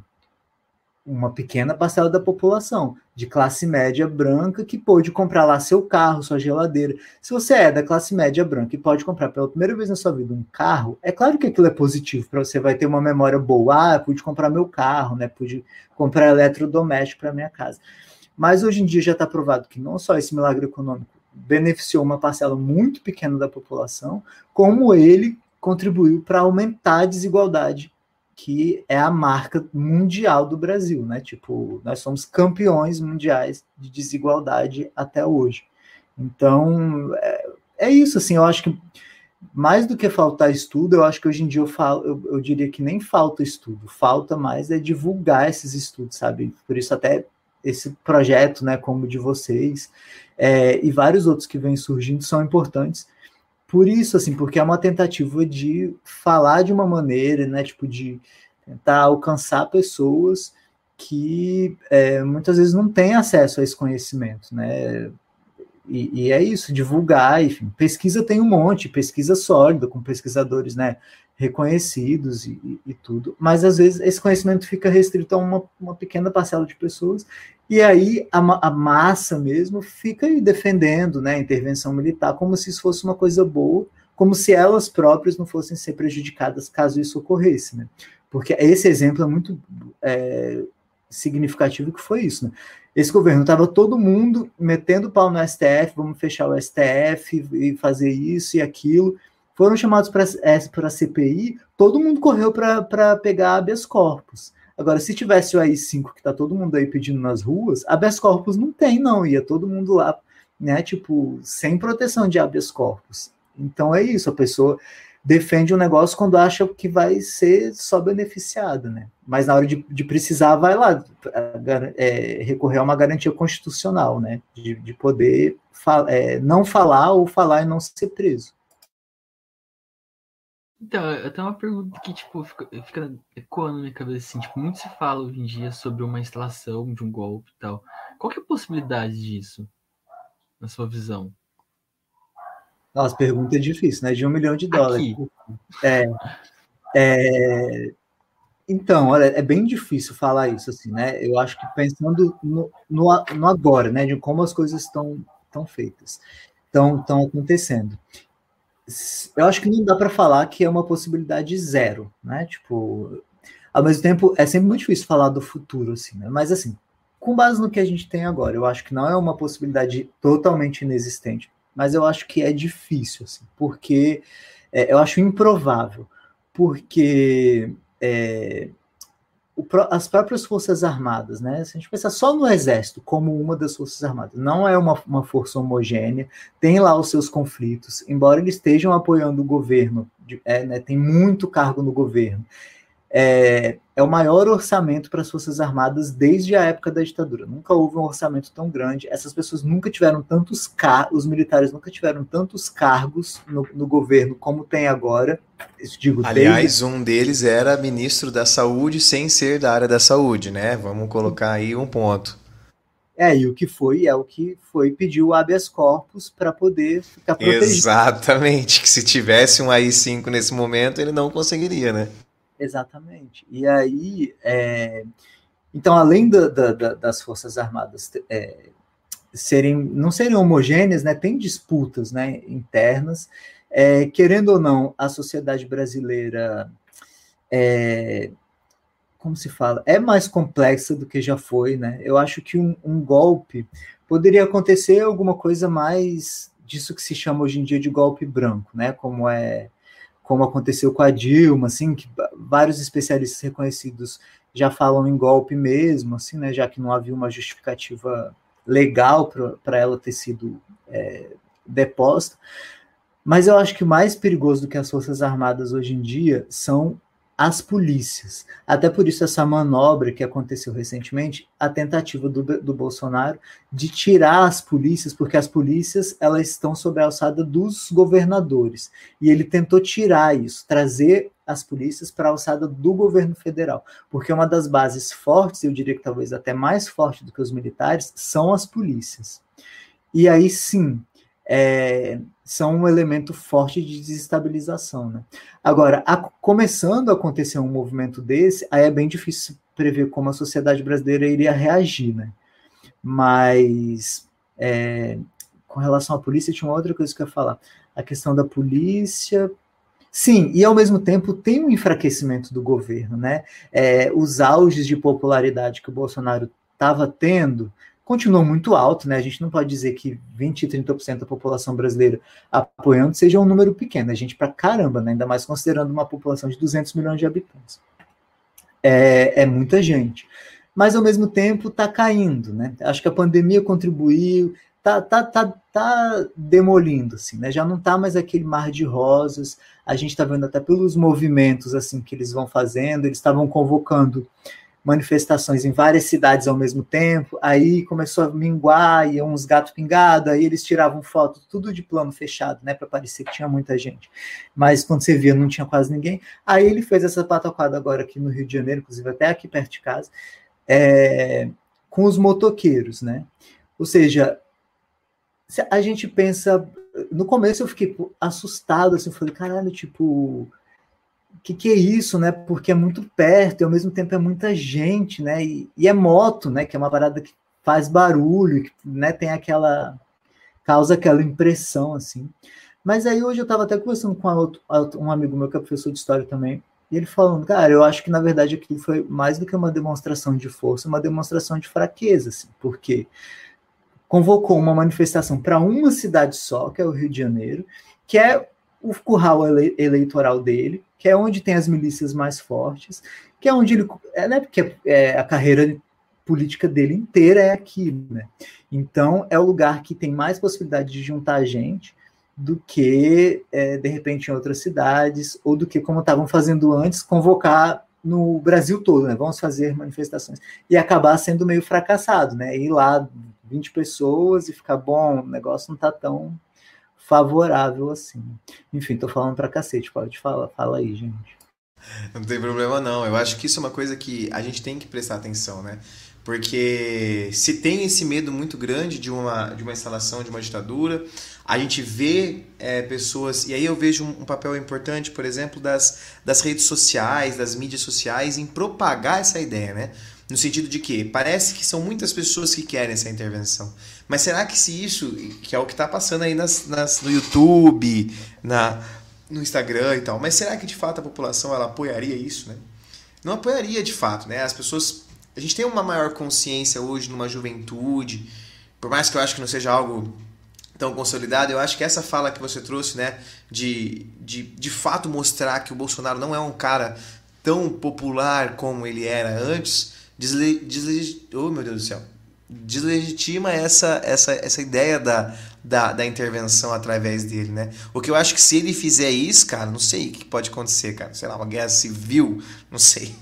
Uma pequena parcela da população, de classe média branca, que pôde comprar lá seu carro, sua geladeira. Se você é da classe média branca e pode comprar pela primeira vez na sua vida um carro, é claro que aquilo é positivo, para você vai ter uma memória boa. Pude comprar meu carro, né? Pude comprar eletrodoméstico para minha casa. Mas hoje em dia já está provado que não só esse milagre econômico beneficiou uma parcela muito pequena da população, como ele contribuiu para aumentar a desigualdade, que é a marca mundial do Brasil, né? Tipo, nós somos campeões mundiais de desigualdade até hoje. Então, é isso, assim, eu acho que mais do que faltar estudo, eu acho que hoje em dia eu diria que nem falta estudo, falta mais divulgar esses estudos, sabe? Por isso até esse projeto, né, como o de vocês, e vários outros que vêm surgindo são importantes. Por isso, assim, porque é uma tentativa de falar de uma maneira, né, tipo, de tentar alcançar pessoas que muitas vezes não têm acesso a esse conhecimento, né, e é isso, divulgar, enfim, pesquisa tem um monte, pesquisa sólida, com pesquisadores, né, reconhecidos e tudo, mas às vezes esse conhecimento fica restrito a uma pequena parcela de pessoas, e aí a massa mesmo fica aí defendendo, né, a intervenção militar como se isso fosse uma coisa boa, como se elas próprias não fossem ser prejudicadas caso isso ocorresse, né? Porque esse exemplo é muito significativo, que foi isso, né? Esse governo estava todo mundo metendo pau no STF, vamos fechar o STF e fazer isso e aquilo. Foram chamados para a CPI, todo mundo correu para pegar habeas corpus. Agora, se tivesse o AI-5, que está todo mundo aí pedindo nas ruas, habeas corpus não tem, não. Ia todo mundo lá, né, tipo, sem proteção de habeas corpus. Então é isso, a pessoa defende um negócio quando acha que vai ser só beneficiada, né? Mas na hora de precisar, vai lá recorrer a uma garantia constitucional, né? De poder não falar ou falar e não ser preso. Então, eu tenho uma pergunta que, tipo, fica ecoando na minha cabeça, assim, tipo, muito se fala hoje em dia sobre uma instalação de um golpe e tal. Qual que é a possibilidade disso, na sua visão? Nossa, pergunta é difícil, né? De US$ 1 milhão. Aqui. É, então, olha, é bem difícil falar isso, assim, né? Eu acho que pensando no agora, né? De como as coisas estão feitas, estão acontecendo. Eu acho que não dá para falar que é uma possibilidade zero, né? Tipo, ao mesmo tempo, é sempre muito difícil falar do futuro, assim, né? Mas, assim, com base no que a gente tem agora, eu acho que não é uma possibilidade totalmente inexistente, mas eu acho que é difícil, assim, porque eu acho improvável, porque as próprias Forças Armadas, né? Se a gente pensar só no Exército como uma das Forças Armadas, não é uma força homogênea, tem lá os seus conflitos, embora eles estejam apoiando o governo, né, tem muito cargo no governo. É o maior orçamento para as Forças Armadas desde a época da ditadura. Nunca houve um orçamento tão grande. Essas pessoas nunca tiveram tantos os militares nunca tiveram tantos cargos no governo como tem agora. Isso digo, Aliás, um deles era ministro da Saúde sem ser da área da saúde, né? Vamos colocar aí um ponto. E o que foi pedir o habeas corpus para poder ficar protegido. Exatamente, que se tivesse um AI-5 nesse momento, ele não conseguiria, né? Exatamente. E aí, então, além das Forças Armadas não serem homogêneas, né, tem disputas, né, internas. Querendo ou não, a sociedade brasileira como se fala, é mais complexa do que já foi, né? Eu acho que um golpe poderia acontecer alguma coisa mais disso que se chama hoje em dia de golpe branco, né? Como aconteceu com a Dilma, assim, que vários especialistas reconhecidos já falam em golpe mesmo, assim, né? Já que não havia uma justificativa legal para ela ter sido deposta. Mas eu acho que o mais perigoso do que as Forças Armadas hoje em dia são as polícias. Até por isso essa manobra que aconteceu recentemente, a tentativa do Bolsonaro de tirar as polícias, porque as polícias elas estão sob a alçada dos governadores. E ele tentou tirar isso, trazer as polícias para a alçada do governo federal. Porque uma das bases fortes, eu diria que talvez até mais forte do que os militares, são as polícias. E aí sim, são um elemento forte de desestabilização, né? Agora, começando a acontecer um movimento desse, aí é bem difícil prever como a sociedade brasileira iria reagir, né? Mas com relação à polícia, tinha uma outra coisa que eu ia falar. A questão da polícia. Sim, e ao mesmo tempo tem um enfraquecimento do governo, né? Os auges de popularidade que o Bolsonaro estava tendo continuam muito alto, né? A gente não pode dizer que 20, 30% da população brasileira apoiando seja um número pequeno, a gente pra caramba, né? Ainda mais considerando uma população de 200 milhões de habitantes. É muita gente. Mas, ao mesmo tempo, está caindo, né? Acho que a pandemia contribuiu, tá demolindo, assim, né? Já não está mais aquele mar de rosas, a gente está vendo até pelos movimentos, assim, que eles vão fazendo, eles estavam convocando manifestações em várias cidades ao mesmo tempo, aí começou a minguar, iam uns gatos pingados, aí eles tiravam foto, tudo de plano fechado, né, para parecer que tinha muita gente, mas quando você via não tinha quase ninguém. Aí ele fez essa pataquada agora aqui no Rio de Janeiro, inclusive até aqui perto de casa, com os motoqueiros, né, ou seja, a gente pensa, no começo eu fiquei assustado, assim, eu falei, caralho, tipo, que é isso, né? Porque é muito perto e ao mesmo tempo é muita gente, né? E é moto, né? Que é uma parada que faz barulho, que, né? Causa aquela impressão, assim. Mas aí hoje eu estava até conversando com um amigo meu que é professor de história também, e ele falando, cara, eu acho que na verdade aquilo foi mais do que uma demonstração de força, uma demonstração de fraqueza, assim, porque convocou uma manifestação para uma cidade só, que é o Rio de Janeiro, que é o curral eleitoral dele, que é onde tem as milícias mais fortes, que é onde ele... né, porque a carreira política dele inteira é aqui, né? Então, é o lugar que tem mais possibilidade de juntar gente do que, de repente, em outras cidades, ou do que, como estavam fazendo antes, convocar no Brasil todo, né? Vamos fazer manifestações. E acabar sendo meio fracassado, né? Ir lá 20 pessoas e ficar, bom, o negócio não está tão favorável assim. Enfim, tô falando pra cacete, pode falar, fala aí, gente. Não tem problema não. Eu acho que isso é uma coisa que a gente tem que prestar atenção, né? Porque se tem esse medo muito grande de uma instalação de uma ditadura, a gente vê pessoas. E aí eu vejo um papel importante, por exemplo, das redes sociais, das mídias sociais, em propagar essa ideia, né? No sentido de que parece que são muitas pessoas que querem essa intervenção. Mas será que se isso, que é o que está passando aí no YouTube, no Instagram e tal, mas será que de fato a população ela apoiaria isso, né? Não apoiaria de fato, né? As pessoas. A gente tem uma maior consciência hoje numa juventude, por mais que eu acho que não seja algo tão consolidado, eu acho que essa fala que você trouxe, né, de fato mostrar que o Bolsonaro não é um cara tão popular como ele era antes, oh, meu Deus do céu, deslegitima essa ideia da intervenção através dele, né? O que eu acho que se ele fizer isso, cara, não sei o que pode acontecer, cara. Sei lá, uma guerra civil, não sei.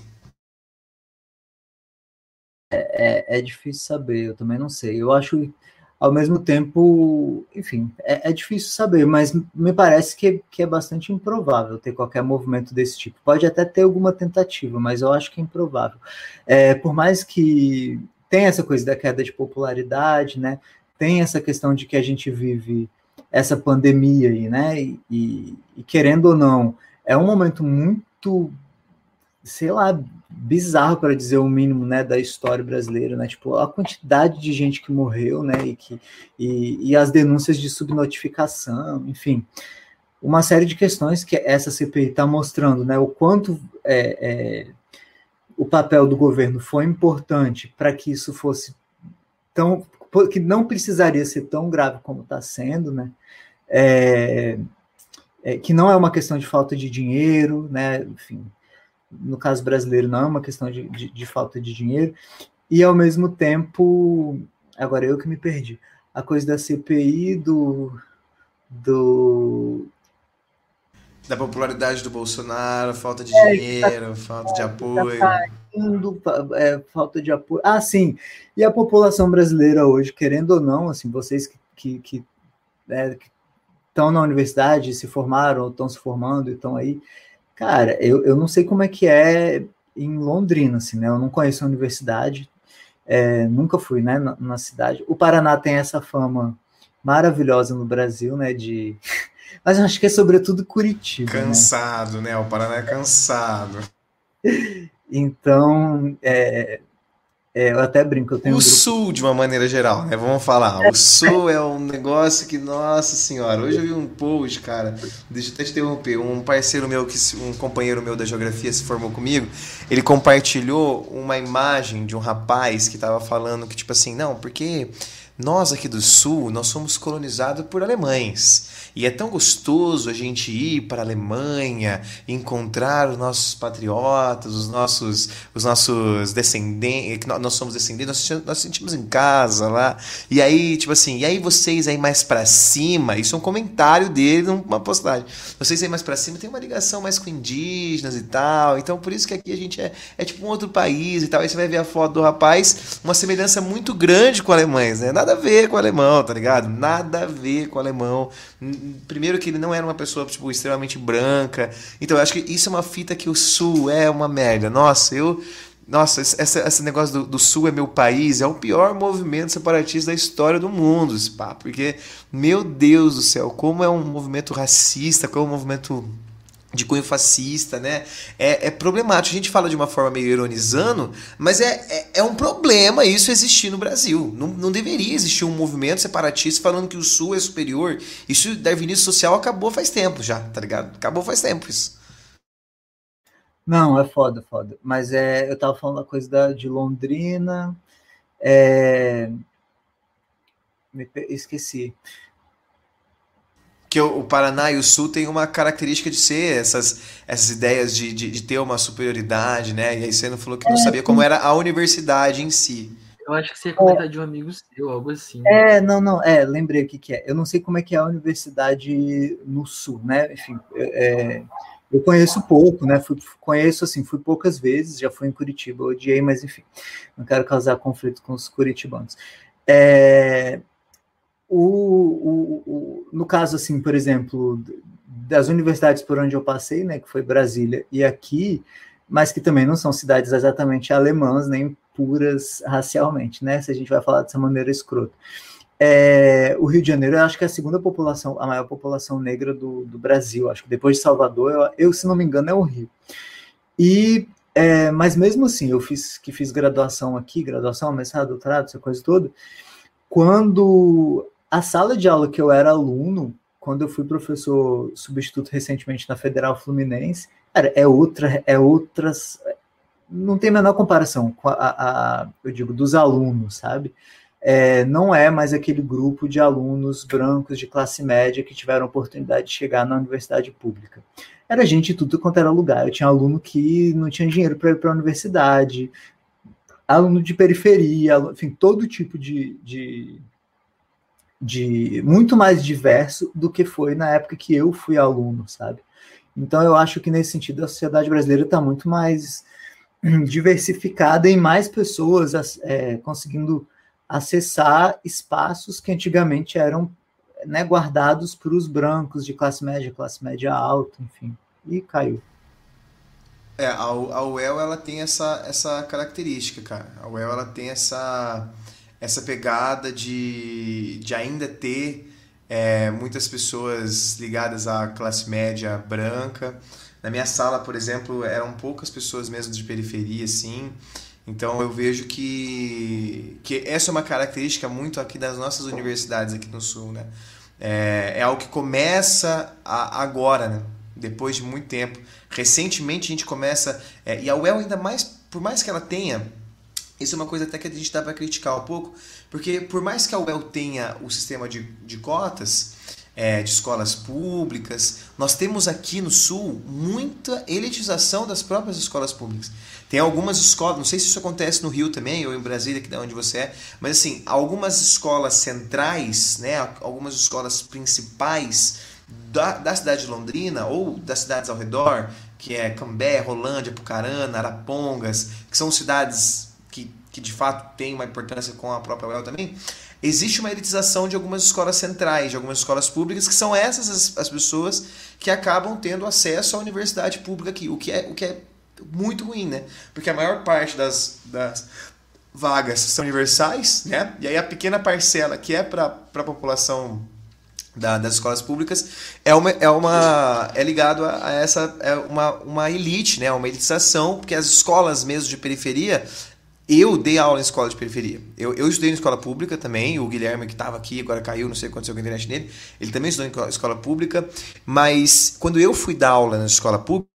É difícil saber, eu também não sei. Eu acho, ao mesmo tempo, enfim, é difícil saber, mas me parece que é bastante improvável ter qualquer movimento desse tipo. Pode até ter alguma tentativa, mas eu acho que é improvável. Por mais que tenha essa coisa da queda de popularidade, né? Tem essa questão de que a gente vive essa pandemia aí, né? E querendo ou não, é um momento muito, sei lá, bizarro, para dizer o mínimo, né, da história brasileira, né, tipo, a quantidade de gente que morreu, né, e as denúncias de subnotificação, enfim, uma série de questões que essa CPI está mostrando, né, o quanto o papel do governo foi importante para que isso fosse tão, que não precisaria ser tão grave como está sendo, né, que não é uma questão de falta de dinheiro, né, enfim, no caso brasileiro não é uma questão de falta de dinheiro, e ao mesmo tempo, agora eu que me perdi, a coisa da CPI da popularidade do Bolsonaro, falta de dinheiro, falta de apoio. Falta de apoio. Ah, sim, e a população brasileira hoje, querendo ou não, assim, vocês que estão na universidade, se formaram, ou estão se formando e estão aí, cara, eu não sei como é que é em Londrina, assim, né? Eu não conheço a universidade, nunca fui, né, na cidade. O Paraná tem essa fama maravilhosa no Brasil, né, mas eu acho que é sobretudo Curitiba, cansado, né? O Paraná é cansado. Então, eu até brinco, eu tenho Sul, de uma maneira geral, né? Vamos falar. O Sul é um negócio que, nossa senhora, hoje eu vi um post, cara. Deixa eu até te interromper. Um parceiro meu, um companheiro meu da geografia se formou comigo. Ele compartilhou uma imagem de um rapaz que tava falando que, tipo assim, não, porque nós aqui do Sul, nós somos colonizados por alemães. E é tão gostoso a gente ir para a Alemanha, encontrar os nossos patriotas, os nossos descendentes, que nós somos descendentes, nós sentimos em casa lá. E aí, tipo assim, e aí vocês aí mais para cima, isso é um comentário dele numa postagem. Vocês aí mais para cima tem uma ligação mais com indígenas e tal. Então por isso que aqui a gente é tipo um outro país e tal. Aí você vai ver a foto do rapaz, uma semelhança muito grande com alemães, né? Nada a ver com o alemão, tá ligado? Nada a ver com o alemão. Primeiro que ele não era uma pessoa, tipo, extremamente branca. Então eu acho que isso é uma fita que o Sul é uma merda. Nossa, esse negócio do Sul é meu país é o pior movimento separatista da história do mundo, esse papo. Porque, meu Deus do céu, como é um movimento racista, como é um movimento de cunho fascista, né? É problemático. A gente fala de uma forma meio ironizando, mas é um problema isso existir no Brasil. Não deveria existir um movimento separatista falando que o Sul é superior. Isso, darwinismo social, acabou faz tempo já, tá ligado? Acabou faz tempo isso. Não, é foda. Mas eu tava falando da coisa de Londrina, esqueci. Que o Paraná e o Sul tem uma característica de ser essas ideias de ter uma superioridade, né? E aí você não falou que não sabia como era a universidade em si. Eu acho que você ia comentar de um amigo seu, algo assim. Lembrei o que é. Eu não sei como é que é a universidade no Sul, né? Enfim, eu conheço pouco, né? Fui poucas vezes, já fui em Curitiba, odiei, mas enfim, não quero causar conflito com os curitibanos. No caso, assim, por exemplo, das universidades por onde eu passei, né, que foi Brasília e aqui, mas que também não são cidades exatamente alemãs, nem puras racialmente, né, se a gente vai falar dessa maneira escrota. O Rio de Janeiro, eu acho que é a segunda população, a maior população negra do Brasil, acho que depois de Salvador, eu se não me engano, é o Rio. Mas mesmo assim, eu fiz graduação aqui, mestrado, doutorado, essa coisa toda, quando a sala de aula que eu era aluno, quando eu fui professor substituto recentemente na Federal Fluminense, cara, outras, não tem a menor comparação com eu digo, dos alunos, sabe? Não é mais aquele grupo de alunos brancos de classe média que tiveram a oportunidade de chegar na universidade pública. Era gente de tudo quanto era lugar. Eu tinha aluno que não tinha dinheiro para ir para a universidade, aluno de periferia, enfim, todo tipo de muito mais diverso do que foi na época que eu fui aluno, sabe? Então eu acho que nesse sentido a sociedade brasileira está muito mais diversificada e mais pessoas conseguindo acessar espaços que antigamente eram, né, guardados para os brancos de classe média alta, enfim, e caiu. A UEL, ela tem essa característica, cara. A UEL, ela tem essa pegada de ainda ter muitas pessoas ligadas à classe média branca. Na minha sala, por exemplo, eram poucas pessoas mesmo de periferia, assim. Então eu vejo que essa é uma característica muito aqui das nossas universidades aqui no Sul, né? É algo que começa agora, né? Depois de muito tempo. Recentemente a gente começa... e a UEL ainda mais, por mais que ela tenha... Isso é uma coisa até que a gente dá para criticar um pouco, porque por mais que a UEL tenha o sistema de cotas, de escolas públicas, nós temos aqui no Sul muita elitização das próprias escolas públicas. Tem algumas escolas, não sei se isso acontece no Rio também, ou em Brasília, que é onde você é, mas assim, algumas escolas centrais, né, algumas escolas principais da cidade de Londrina, ou das cidades ao redor, que é Cambé, Rolândia, Pucarana, Arapongas, que são cidades que de fato têm uma importância com a própria UEL também, existe uma elitização de algumas escolas centrais, de algumas escolas públicas, que são essas as pessoas que acabam tendo acesso à universidade pública aqui, o que é muito ruim, né? Porque a maior parte das vagas são universais, né? E aí a pequena parcela que é para a população das escolas públicas é ligado a essa uma elite, né? Uma elitização, porque as escolas mesmo de periferia... Eu dei aula em escola de periferia. Eu estudei em escola pública também. O Guilherme, que estava aqui, agora caiu, não sei o que aconteceu com a internet dele. Ele também estudou em escola pública. Mas quando eu fui dar aula na escola pública,